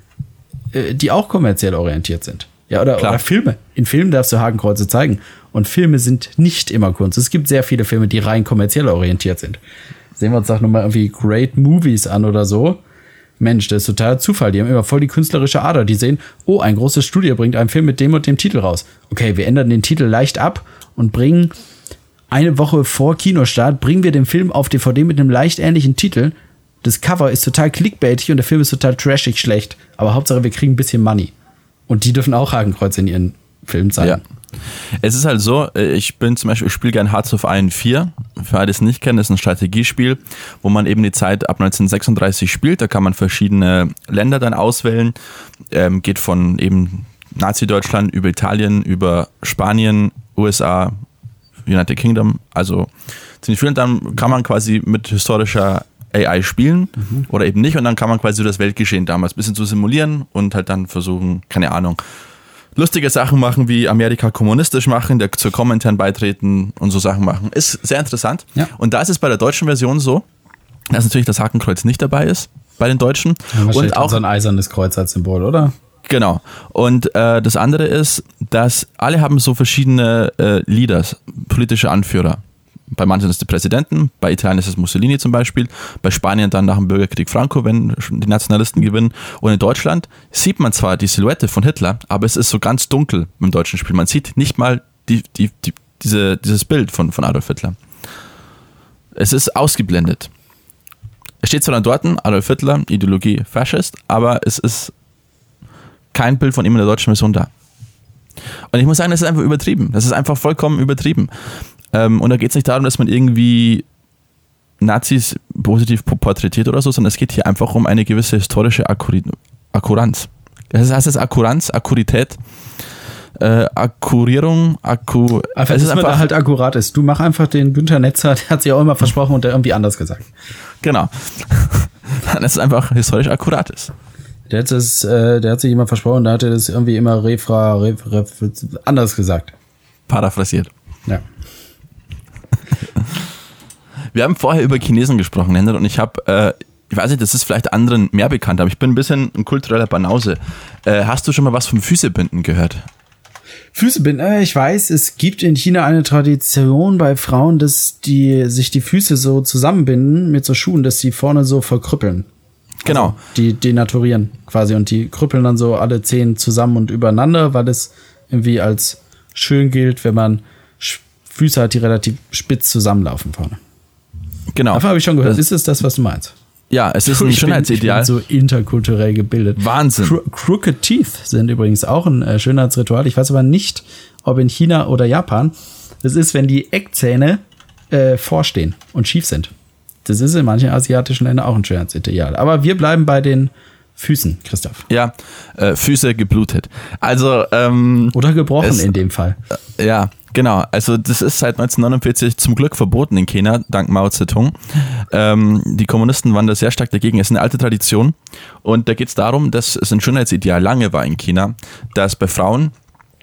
die auch kommerziell orientiert sind. Ja, oder Filme. In Filmen darfst du Hakenkreuze zeigen. Und Filme sind nicht immer Kunst. Es gibt sehr viele Filme, die rein kommerziell orientiert sind. Sehen wir uns doch nochmal irgendwie Great Movies an oder so. Mensch, das ist total Zufall. Die haben immer voll die künstlerische Ader. Die sehen, oh, ein großes Studio bringt einen Film mit dem und dem Titel raus. Okay, wir ändern den Titel leicht ab und bringen eine Woche vor Kinostart, bringen wir den Film auf DVD mit einem leicht ähnlichen Titel. Das Cover ist total clickbaitig und der Film ist total trashig schlecht. Aber Hauptsache, wir kriegen ein bisschen Money. Und die dürfen auch Hakenkreuz in ihren Filmen zeigen.
Ja. Es ist halt so, ich spiele gerne Hearts of Iron 4. Für alle, die es nicht kennen, ist ein Strategiespiel, wo man eben die Zeit ab 1936 spielt. Da kann man verschiedene Länder dann auswählen. Geht von eben Nazi-Deutschland über Italien, über Spanien, USA, United Kingdom. Also ziemlich viel. Und dann kann man quasi mit historischer AI spielen oder eben nicht. Und dann kann man quasi das Weltgeschehen damals ein bisschen zu simulieren und halt dann versuchen, keine Ahnung, lustige Sachen machen, wie Amerika kommunistisch machen, zur Komintern beitreten und so Sachen machen. Ist sehr interessant. Ja. Und da ist es bei der deutschen Version so, dass natürlich das Hakenkreuz nicht dabei ist, bei den Deutschen.
Ja, und auch so ein eisernes Kreuz als Symbol, oder?
Genau. Und das andere ist, dass alle haben so verschiedene Leaders, politische Anführer. Bei manchen ist es die Präsidenten, bei Italien ist es Mussolini zum Beispiel, bei Spanien dann nach dem Bürgerkrieg Franco, wenn die Nationalisten gewinnen. Und in Deutschland sieht man zwar die Silhouette von Hitler, aber es ist so ganz dunkel im deutschen Spiel. Man sieht nicht mal dieses Bild von Adolf Hitler. Es ist ausgeblendet. Es steht zwar dann dort, Adolf Hitler, Ideologie Faschist, aber es ist kein Bild von ihm in der deutschen Version da. Und ich muss sagen, das ist einfach übertrieben. Das ist einfach vollkommen übertrieben. Und da geht es nicht darum, dass man irgendwie Nazis positiv porträtiert oder so, sondern es geht hier einfach um eine gewisse historische Akkuranz. Das heißt Akkurität, Akkurierung,
einfach, dass man da halt akkurat ist. Du mach einfach den Günther Netzer, der hat sich auch immer versprochen und der irgendwie anders gesagt.
Genau. Dass es einfach historisch akkurat ist.
Der hat sich immer versprochen, da hat er das irgendwie immer anders gesagt.
Paraphrasiert.
Ja.
Wir haben vorher über Chinesen gesprochen, Lennart, und ich habe, ich weiß nicht, das ist vielleicht anderen mehr bekannt, aber ich bin ein bisschen ein kultureller Banause. Hast du schon mal was vom Füßebinden gehört?
Füßebinden, ich weiß, es gibt in China eine Tradition bei Frauen, dass die sich die Füße so zusammenbinden mit so Schuhen, dass die vorne so verkrüppeln.
Genau.
Also die denaturieren quasi und die krüppeln dann so alle Zehen zusammen und übereinander, weil es irgendwie als schön gilt, wenn man Füße hat, die relativ spitz zusammenlaufen vorne.
Genau.
Davon habe ich schon gehört. Ist es das, was du meinst?
Ja, es ist ein Schönheitsideal.
Ich bin so interkulturell gebildet.
Wahnsinn.
Crooked Teeth sind übrigens auch ein Schönheitsritual. Ich weiß aber nicht, ob in China oder Japan. Das ist, wenn die Eckzähne vorstehen und schief sind. Das ist in manchen asiatischen Ländern auch ein Schönheitsideal. Aber wir bleiben bei den Füßen, Christoph.
Ja, Füße geblutet. Also
oder gebrochen in dem Fall.
Ja, genau. Also das ist seit 1949 zum Glück verboten in China, dank Mao Zedong. Die Kommunisten waren da sehr stark dagegen. Es ist eine alte Tradition. Und da geht es darum, dass es ein Schönheitsideal lange war in China, dass bei Frauen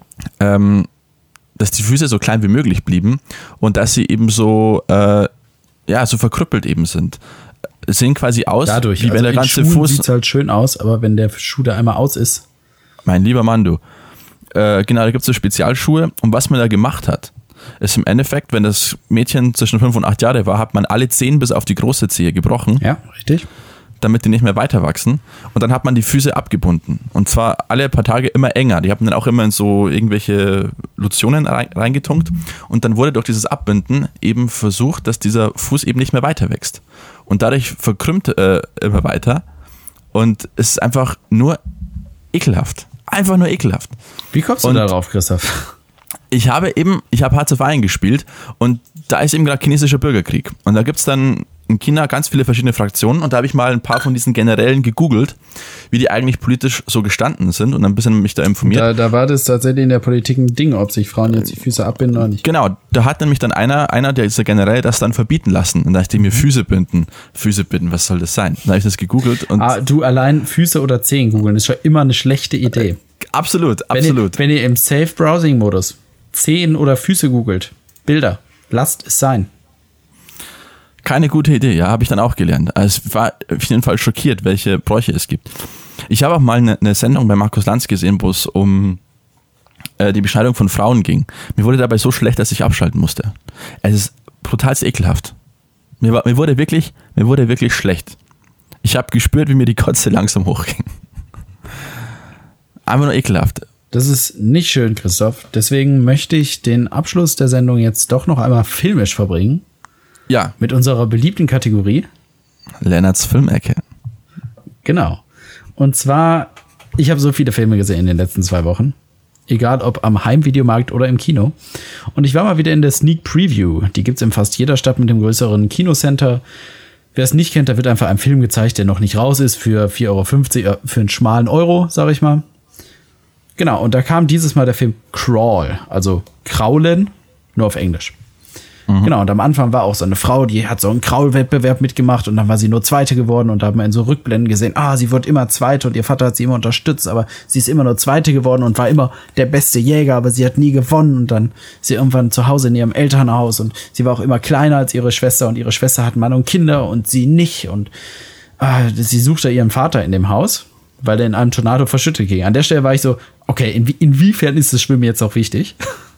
dass die Füße so klein wie möglich blieben und dass sie eben so so verkrüppelt eben sind. Es sehen quasi aus,
dadurch,
wie wenn der ganze Fuß...
sieht halt schön aus, aber wenn der Schuh da einmal aus ist...
Mein lieber Mann, du. Genau, da gibt es so Spezialschuhe. Und was man da gemacht hat, ist im Endeffekt, wenn das Mädchen zwischen 5 und 8 Jahre war, hat man alle Zehen bis auf die große Zehe gebrochen.
Ja, richtig.
Damit die nicht mehr weiter wachsen. Und dann hat man die Füße abgebunden. Und zwar alle paar Tage immer enger. Die haben dann auch immer in so irgendwelche Lotionen reingetunkt. Und dann wurde durch dieses Abbinden eben versucht, dass dieser Fuß eben nicht mehr weiter wächst. Und dadurch verkrümmt immer weiter. Und es ist einfach nur ekelhaft. Einfach nur ekelhaft.
Wie kommst du darauf, Christoph?
Ich habe Hearts of Iron gespielt und da ist eben gerade chinesischer Bürgerkrieg. Und da gibt es dann in China ganz viele verschiedene Fraktionen und da habe ich mal ein paar von diesen Generälen gegoogelt, wie die eigentlich politisch so gestanden sind und ein bisschen mich da informiert.
Da war das tatsächlich in der Politik ein Ding, ob sich Frauen jetzt die Füße abbinden oder nicht.
Genau, da hat nämlich dann einer dieser Generäle das dann verbieten lassen. Und da dachte ich mir, Füße binden, was soll das sein? Da habe ich das gegoogelt. Und
du allein Füße oder Zehen googeln, ist schon immer eine schlechte Idee.
Absolut.
Wenn ihr im Safe-Browsing-Modus Zehen oder Füße googelt, Bilder, lasst es sein.
Keine gute Idee, ja, habe ich dann auch gelernt. Also es war auf jeden Fall schockiert, welche Bräuche es gibt. Ich habe auch mal eine Sendung bei Markus Lanz gesehen, wo es um die Beschneidung von Frauen ging. Mir wurde dabei so schlecht, dass ich abschalten musste. Es ist brutal ekelhaft. Mir wurde wirklich schlecht. Ich habe gespürt, wie mir die Kotze langsam hochging. Einfach nur ekelhaft.
Das ist nicht schön, Christoph. Deswegen möchte ich den Abschluss der Sendung jetzt doch noch einmal filmisch verbringen.
Ja.
Mit unserer beliebten Kategorie.
Lennarts Filmecke.
Genau. Und zwar, ich habe so viele Filme gesehen in den letzten 2 Wochen. Egal ob am Heimvideomarkt oder im Kino. Und ich war mal wieder in der Sneak Preview. Die gibt's in fast jeder Stadt mit dem größeren Kinocenter. Wer es nicht kennt, da wird einfach ein Film gezeigt, der noch nicht raus ist, für 4,50 €, für einen schmalen Euro, sag ich mal. Genau, und da kam dieses Mal der Film Crawl, also Kraulen, nur auf Englisch. Genau, und am Anfang war auch so eine Frau, die hat so einen Kraulwettbewerb mitgemacht und dann war sie nur Zweite geworden und da hat man in so Rückblenden gesehen, sie wird immer Zweite und ihr Vater hat sie immer unterstützt, aber sie ist immer nur Zweite geworden und war immer der beste Jäger, aber sie hat nie gewonnen und dann ist sie irgendwann zu Hause in ihrem Elternhaus und sie war auch immer kleiner als ihre Schwester und ihre Schwester hat Mann und Kinder und sie nicht und sie suchte ihren Vater in dem Haus, weil er in einem Tornado verschüttet ging. An der Stelle war ich so, okay, inwiefern ist das Schwimmen jetzt auch wichtig?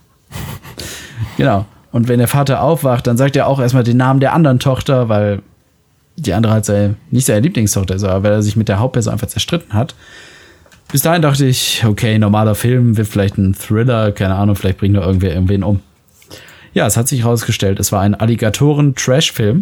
Genau. Und wenn der Vater aufwacht, dann sagt er auch erstmal den Namen der anderen Tochter, weil die andere halt nicht seine Lieblingstochter ist, aber weil er sich mit der Hauptperson einfach zerstritten hat. Bis dahin dachte ich, okay, normaler Film, wird vielleicht ein Thriller, keine Ahnung, vielleicht bringt nur irgendwer irgendwen um. Ja, es hat sich herausgestellt, es war ein Alligatoren-Trash-Film.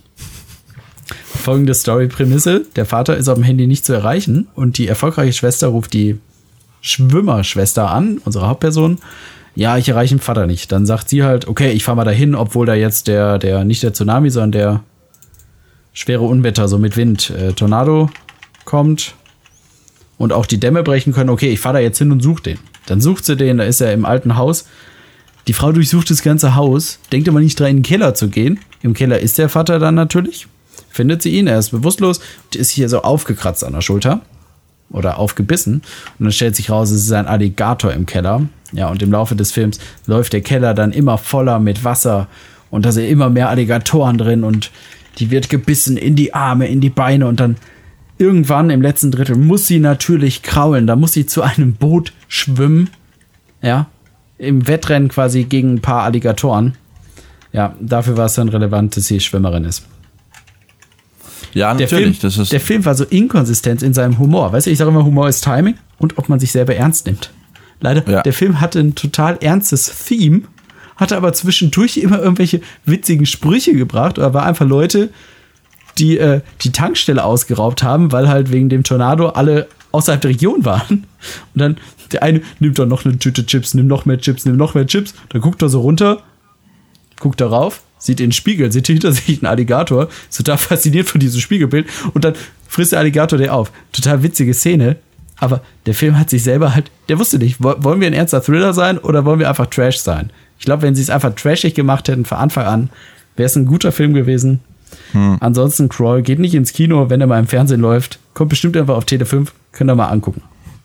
Folgende Story-Prämisse: Der Vater ist auf dem Handy nicht zu erreichen und die erfolgreiche Schwester ruft die Schwimmerschwester an, unsere Hauptperson. Ja, ich erreiche den Vater nicht. Dann sagt sie halt, okay, ich fahre mal dahin, obwohl da jetzt nicht der Tsunami, sondern der schwere Unwetter, so mit Wind, Tornado kommt und auch die Dämme brechen können. Okay, ich fahre da jetzt hin und suche den. Dann sucht sie den, da ist er im alten Haus. Die Frau durchsucht das ganze Haus, denkt aber nicht dran, in den Keller zu gehen. Im Keller ist der Vater dann natürlich. Findet sie ihn, er ist bewusstlos und ist hier so aufgekratzt an der Schulter. Oder aufgebissen. Und dann stellt sich raus, es ist ein Alligator im Keller. Ja, und im Laufe des Films läuft der Keller dann immer voller mit Wasser. Und da sind immer mehr Alligatoren drin. Und die wird gebissen in die Arme, in die Beine. Und dann irgendwann im letzten Drittel muss sie natürlich kraulen. Da muss sie zu einem Boot schwimmen. Ja, im Wettrennen quasi gegen ein paar Alligatoren. Ja, dafür war es dann relevant, dass sie Schwimmerin ist.
Ja, natürlich.
Der Film war so inkonsistent in seinem Humor. Weißt du, ich sage immer, Humor ist Timing und ob man sich selber ernst nimmt. Leider, Der Film hatte ein total ernstes Theme, hatte aber zwischendurch immer irgendwelche witzigen Sprüche gebracht oder war einfach Leute, die die Tankstelle ausgeraubt haben, weil halt wegen dem Tornado alle außerhalb der Region waren. Und dann der eine nimmt dann noch eine Tüte Chips, nimmt noch mehr Chips, nimmt noch mehr Chips. Dann guckt er so runter, guckt darauf, sieht in den Spiegel, sieht hinter sich einen Alligator, ist total fasziniert von diesem Spiegelbild und dann frisst der Alligator den auf. Total witzige Szene, aber der Film hat sich selber halt, der wusste nicht, wollen wir ein ernster Thriller sein oder wollen wir einfach Trash sein? Ich glaube, wenn sie es einfach trashig gemacht hätten von Anfang an, wäre es ein guter Film gewesen. Ansonsten, Crawl geht nicht ins Kino, wenn er mal im Fernsehen läuft, kommt bestimmt einfach auf Tele 5, könnt ihr mal angucken.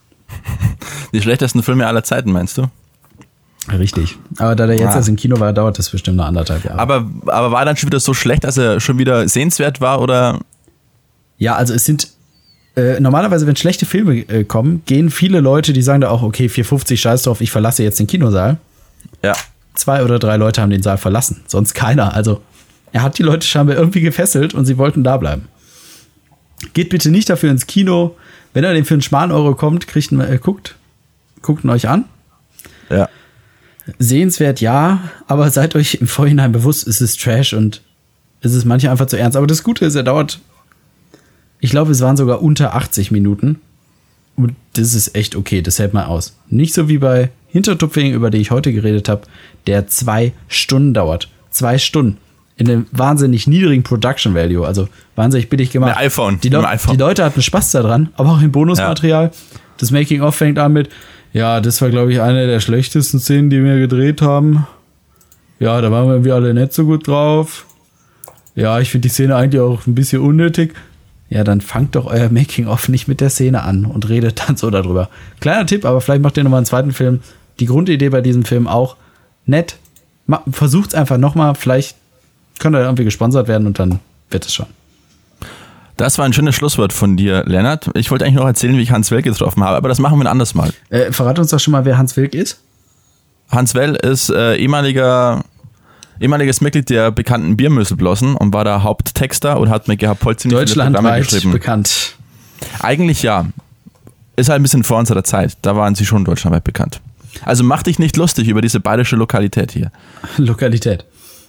Die schlechtesten Filme aller Zeiten, meinst du?
Richtig. Aber da der jetzt erst im Kino war, dauert das bestimmt noch 1,5 Jahre.
Aber war er dann schon wieder so schlecht, dass er schon wieder sehenswert war, oder?
Ja, also es sind normalerweise, wenn schlechte Filme kommen, gehen viele Leute, die sagen da auch, okay, 4,50, scheiß drauf, ich verlasse jetzt den Kinosaal.
Ja. 2
oder 3 Leute haben den Saal verlassen, sonst keiner. Also er hat die Leute scheinbar irgendwie gefesselt und sie wollten da bleiben. Geht bitte nicht dafür ins Kino. Wenn er den für einen schmalen Euro kommt, guckt ihn euch an.
Ja.
Sehenswert, ja, aber seid euch im Vorhinein bewusst, es ist Trash und es ist manchmal einfach zu ernst. Aber das Gute ist, er dauert, ich glaube, es waren sogar unter 80 Minuten. Und das ist echt okay, das hält man aus. Nicht so wie bei Hintertupfing, über die ich heute geredet habe, der 2 Stunden dauert. 2 Stunden. In einem wahnsinnig niedrigen Production Value, also wahnsinnig billig gemacht.
Mit iPhone.
Die Leute hatten Spaß daran, aber auch im Bonusmaterial. Ja. Das Making-of fängt an mit, ja, das war, glaube ich, eine der schlechtesten Szenen, die wir gedreht haben. Ja, da waren wir irgendwie alle nicht so gut drauf. Ja, ich finde die Szene eigentlich auch ein bisschen unnötig. Ja, dann fangt doch euer Making-of nicht mit der Szene an und redet dann so darüber. Kleiner Tipp, aber vielleicht macht ihr nochmal einen zweiten Film. Die Grundidee bei diesem Film auch nett. Versucht's einfach nochmal, vielleicht Könnt ihr irgendwie gesponsert werden und dann wird es schon.
Das war ein schönes Schlusswort von dir, Lennart. Ich wollte eigentlich noch erzählen, wie ich Hans Welk getroffen habe, aber das machen wir ein anderes Mal.
Verrat uns doch schon mal, wer Hans Welk ist.
Hans Well ist ehemaliges Mitglied der bekannten Biermüsselblossen und war der Haupttexter und hat mit Gerhard Polt ziemlich viele Programme
Deutschlandweit
geschrieben.
bekannt.
Eigentlich ja. Ist halt ein bisschen vor unserer Zeit. Da waren sie schon deutschlandweit bekannt. Also mach dich nicht lustig über diese bayerische Lokalität hier.
Lokalität.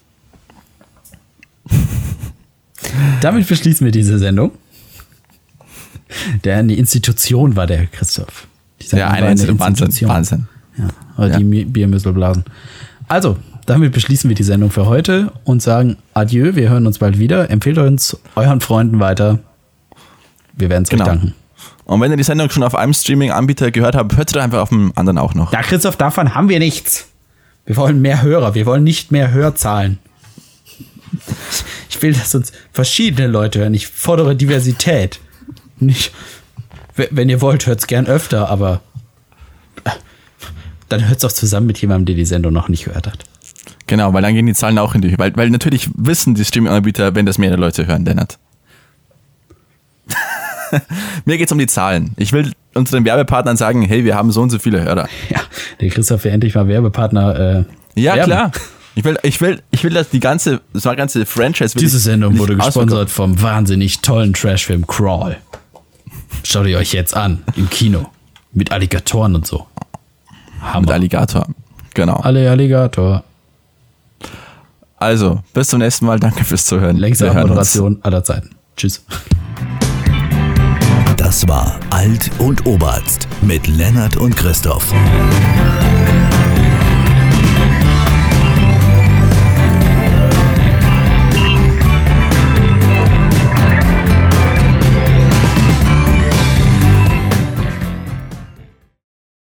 Damit beschließen wir diese Sendung. Die Institution war der Christoph.
Ja, eine Institution. Wahnsinn.
Ja, aber die Biermüsselblasen. Also, damit beschließen wir die Sendung für heute und sagen Adieu, wir hören uns bald wieder. Empfehlt uns euren Freunden weiter. Wir werden es euch danken.
Und wenn ihr die Sendung schon auf einem Streaming-Anbieter gehört habt, hört sie doch einfach auf dem anderen auch noch.
Ja, Christoph, davon haben wir nichts. Wir wollen mehr Hörer, wir wollen nicht mehr Hörzahlen. Ich will, dass uns verschiedene Leute hören. Ich fordere Diversität. Nicht, wenn ihr wollt, hört es gern öfter, aber dann hört es auch zusammen mit jemandem, der die Sendung noch nicht gehört hat.
Genau, weil dann gehen die Zahlen auch in die Höhe. Weil natürlich wissen die Streaming-Anbieter, wenn das mehrere Leute hören, Lennart. Mir geht's um die Zahlen. Ich will unseren Werbepartnern sagen, hey, wir haben so und so viele Hörer.
Ja, der Christoph will endlich mal Werbepartner
ja,
werben.
Klar. Ich will, dass die ganze Franchise...
Diese Sendung wurde gesponsert vom wahnsinnig tollen Trashfilm Crawl. Schaut ihr euch jetzt an, im Kino. Mit Alligatoren und so. Hammer.
Mit Alligator, genau.
Alle Alligator.
Also, bis zum nächsten Mal. Danke fürs Zuhören.
Längste Moderation aller Zeiten. Tschüss.
Das war Alt und Oberarzt mit Lennart und Christoph.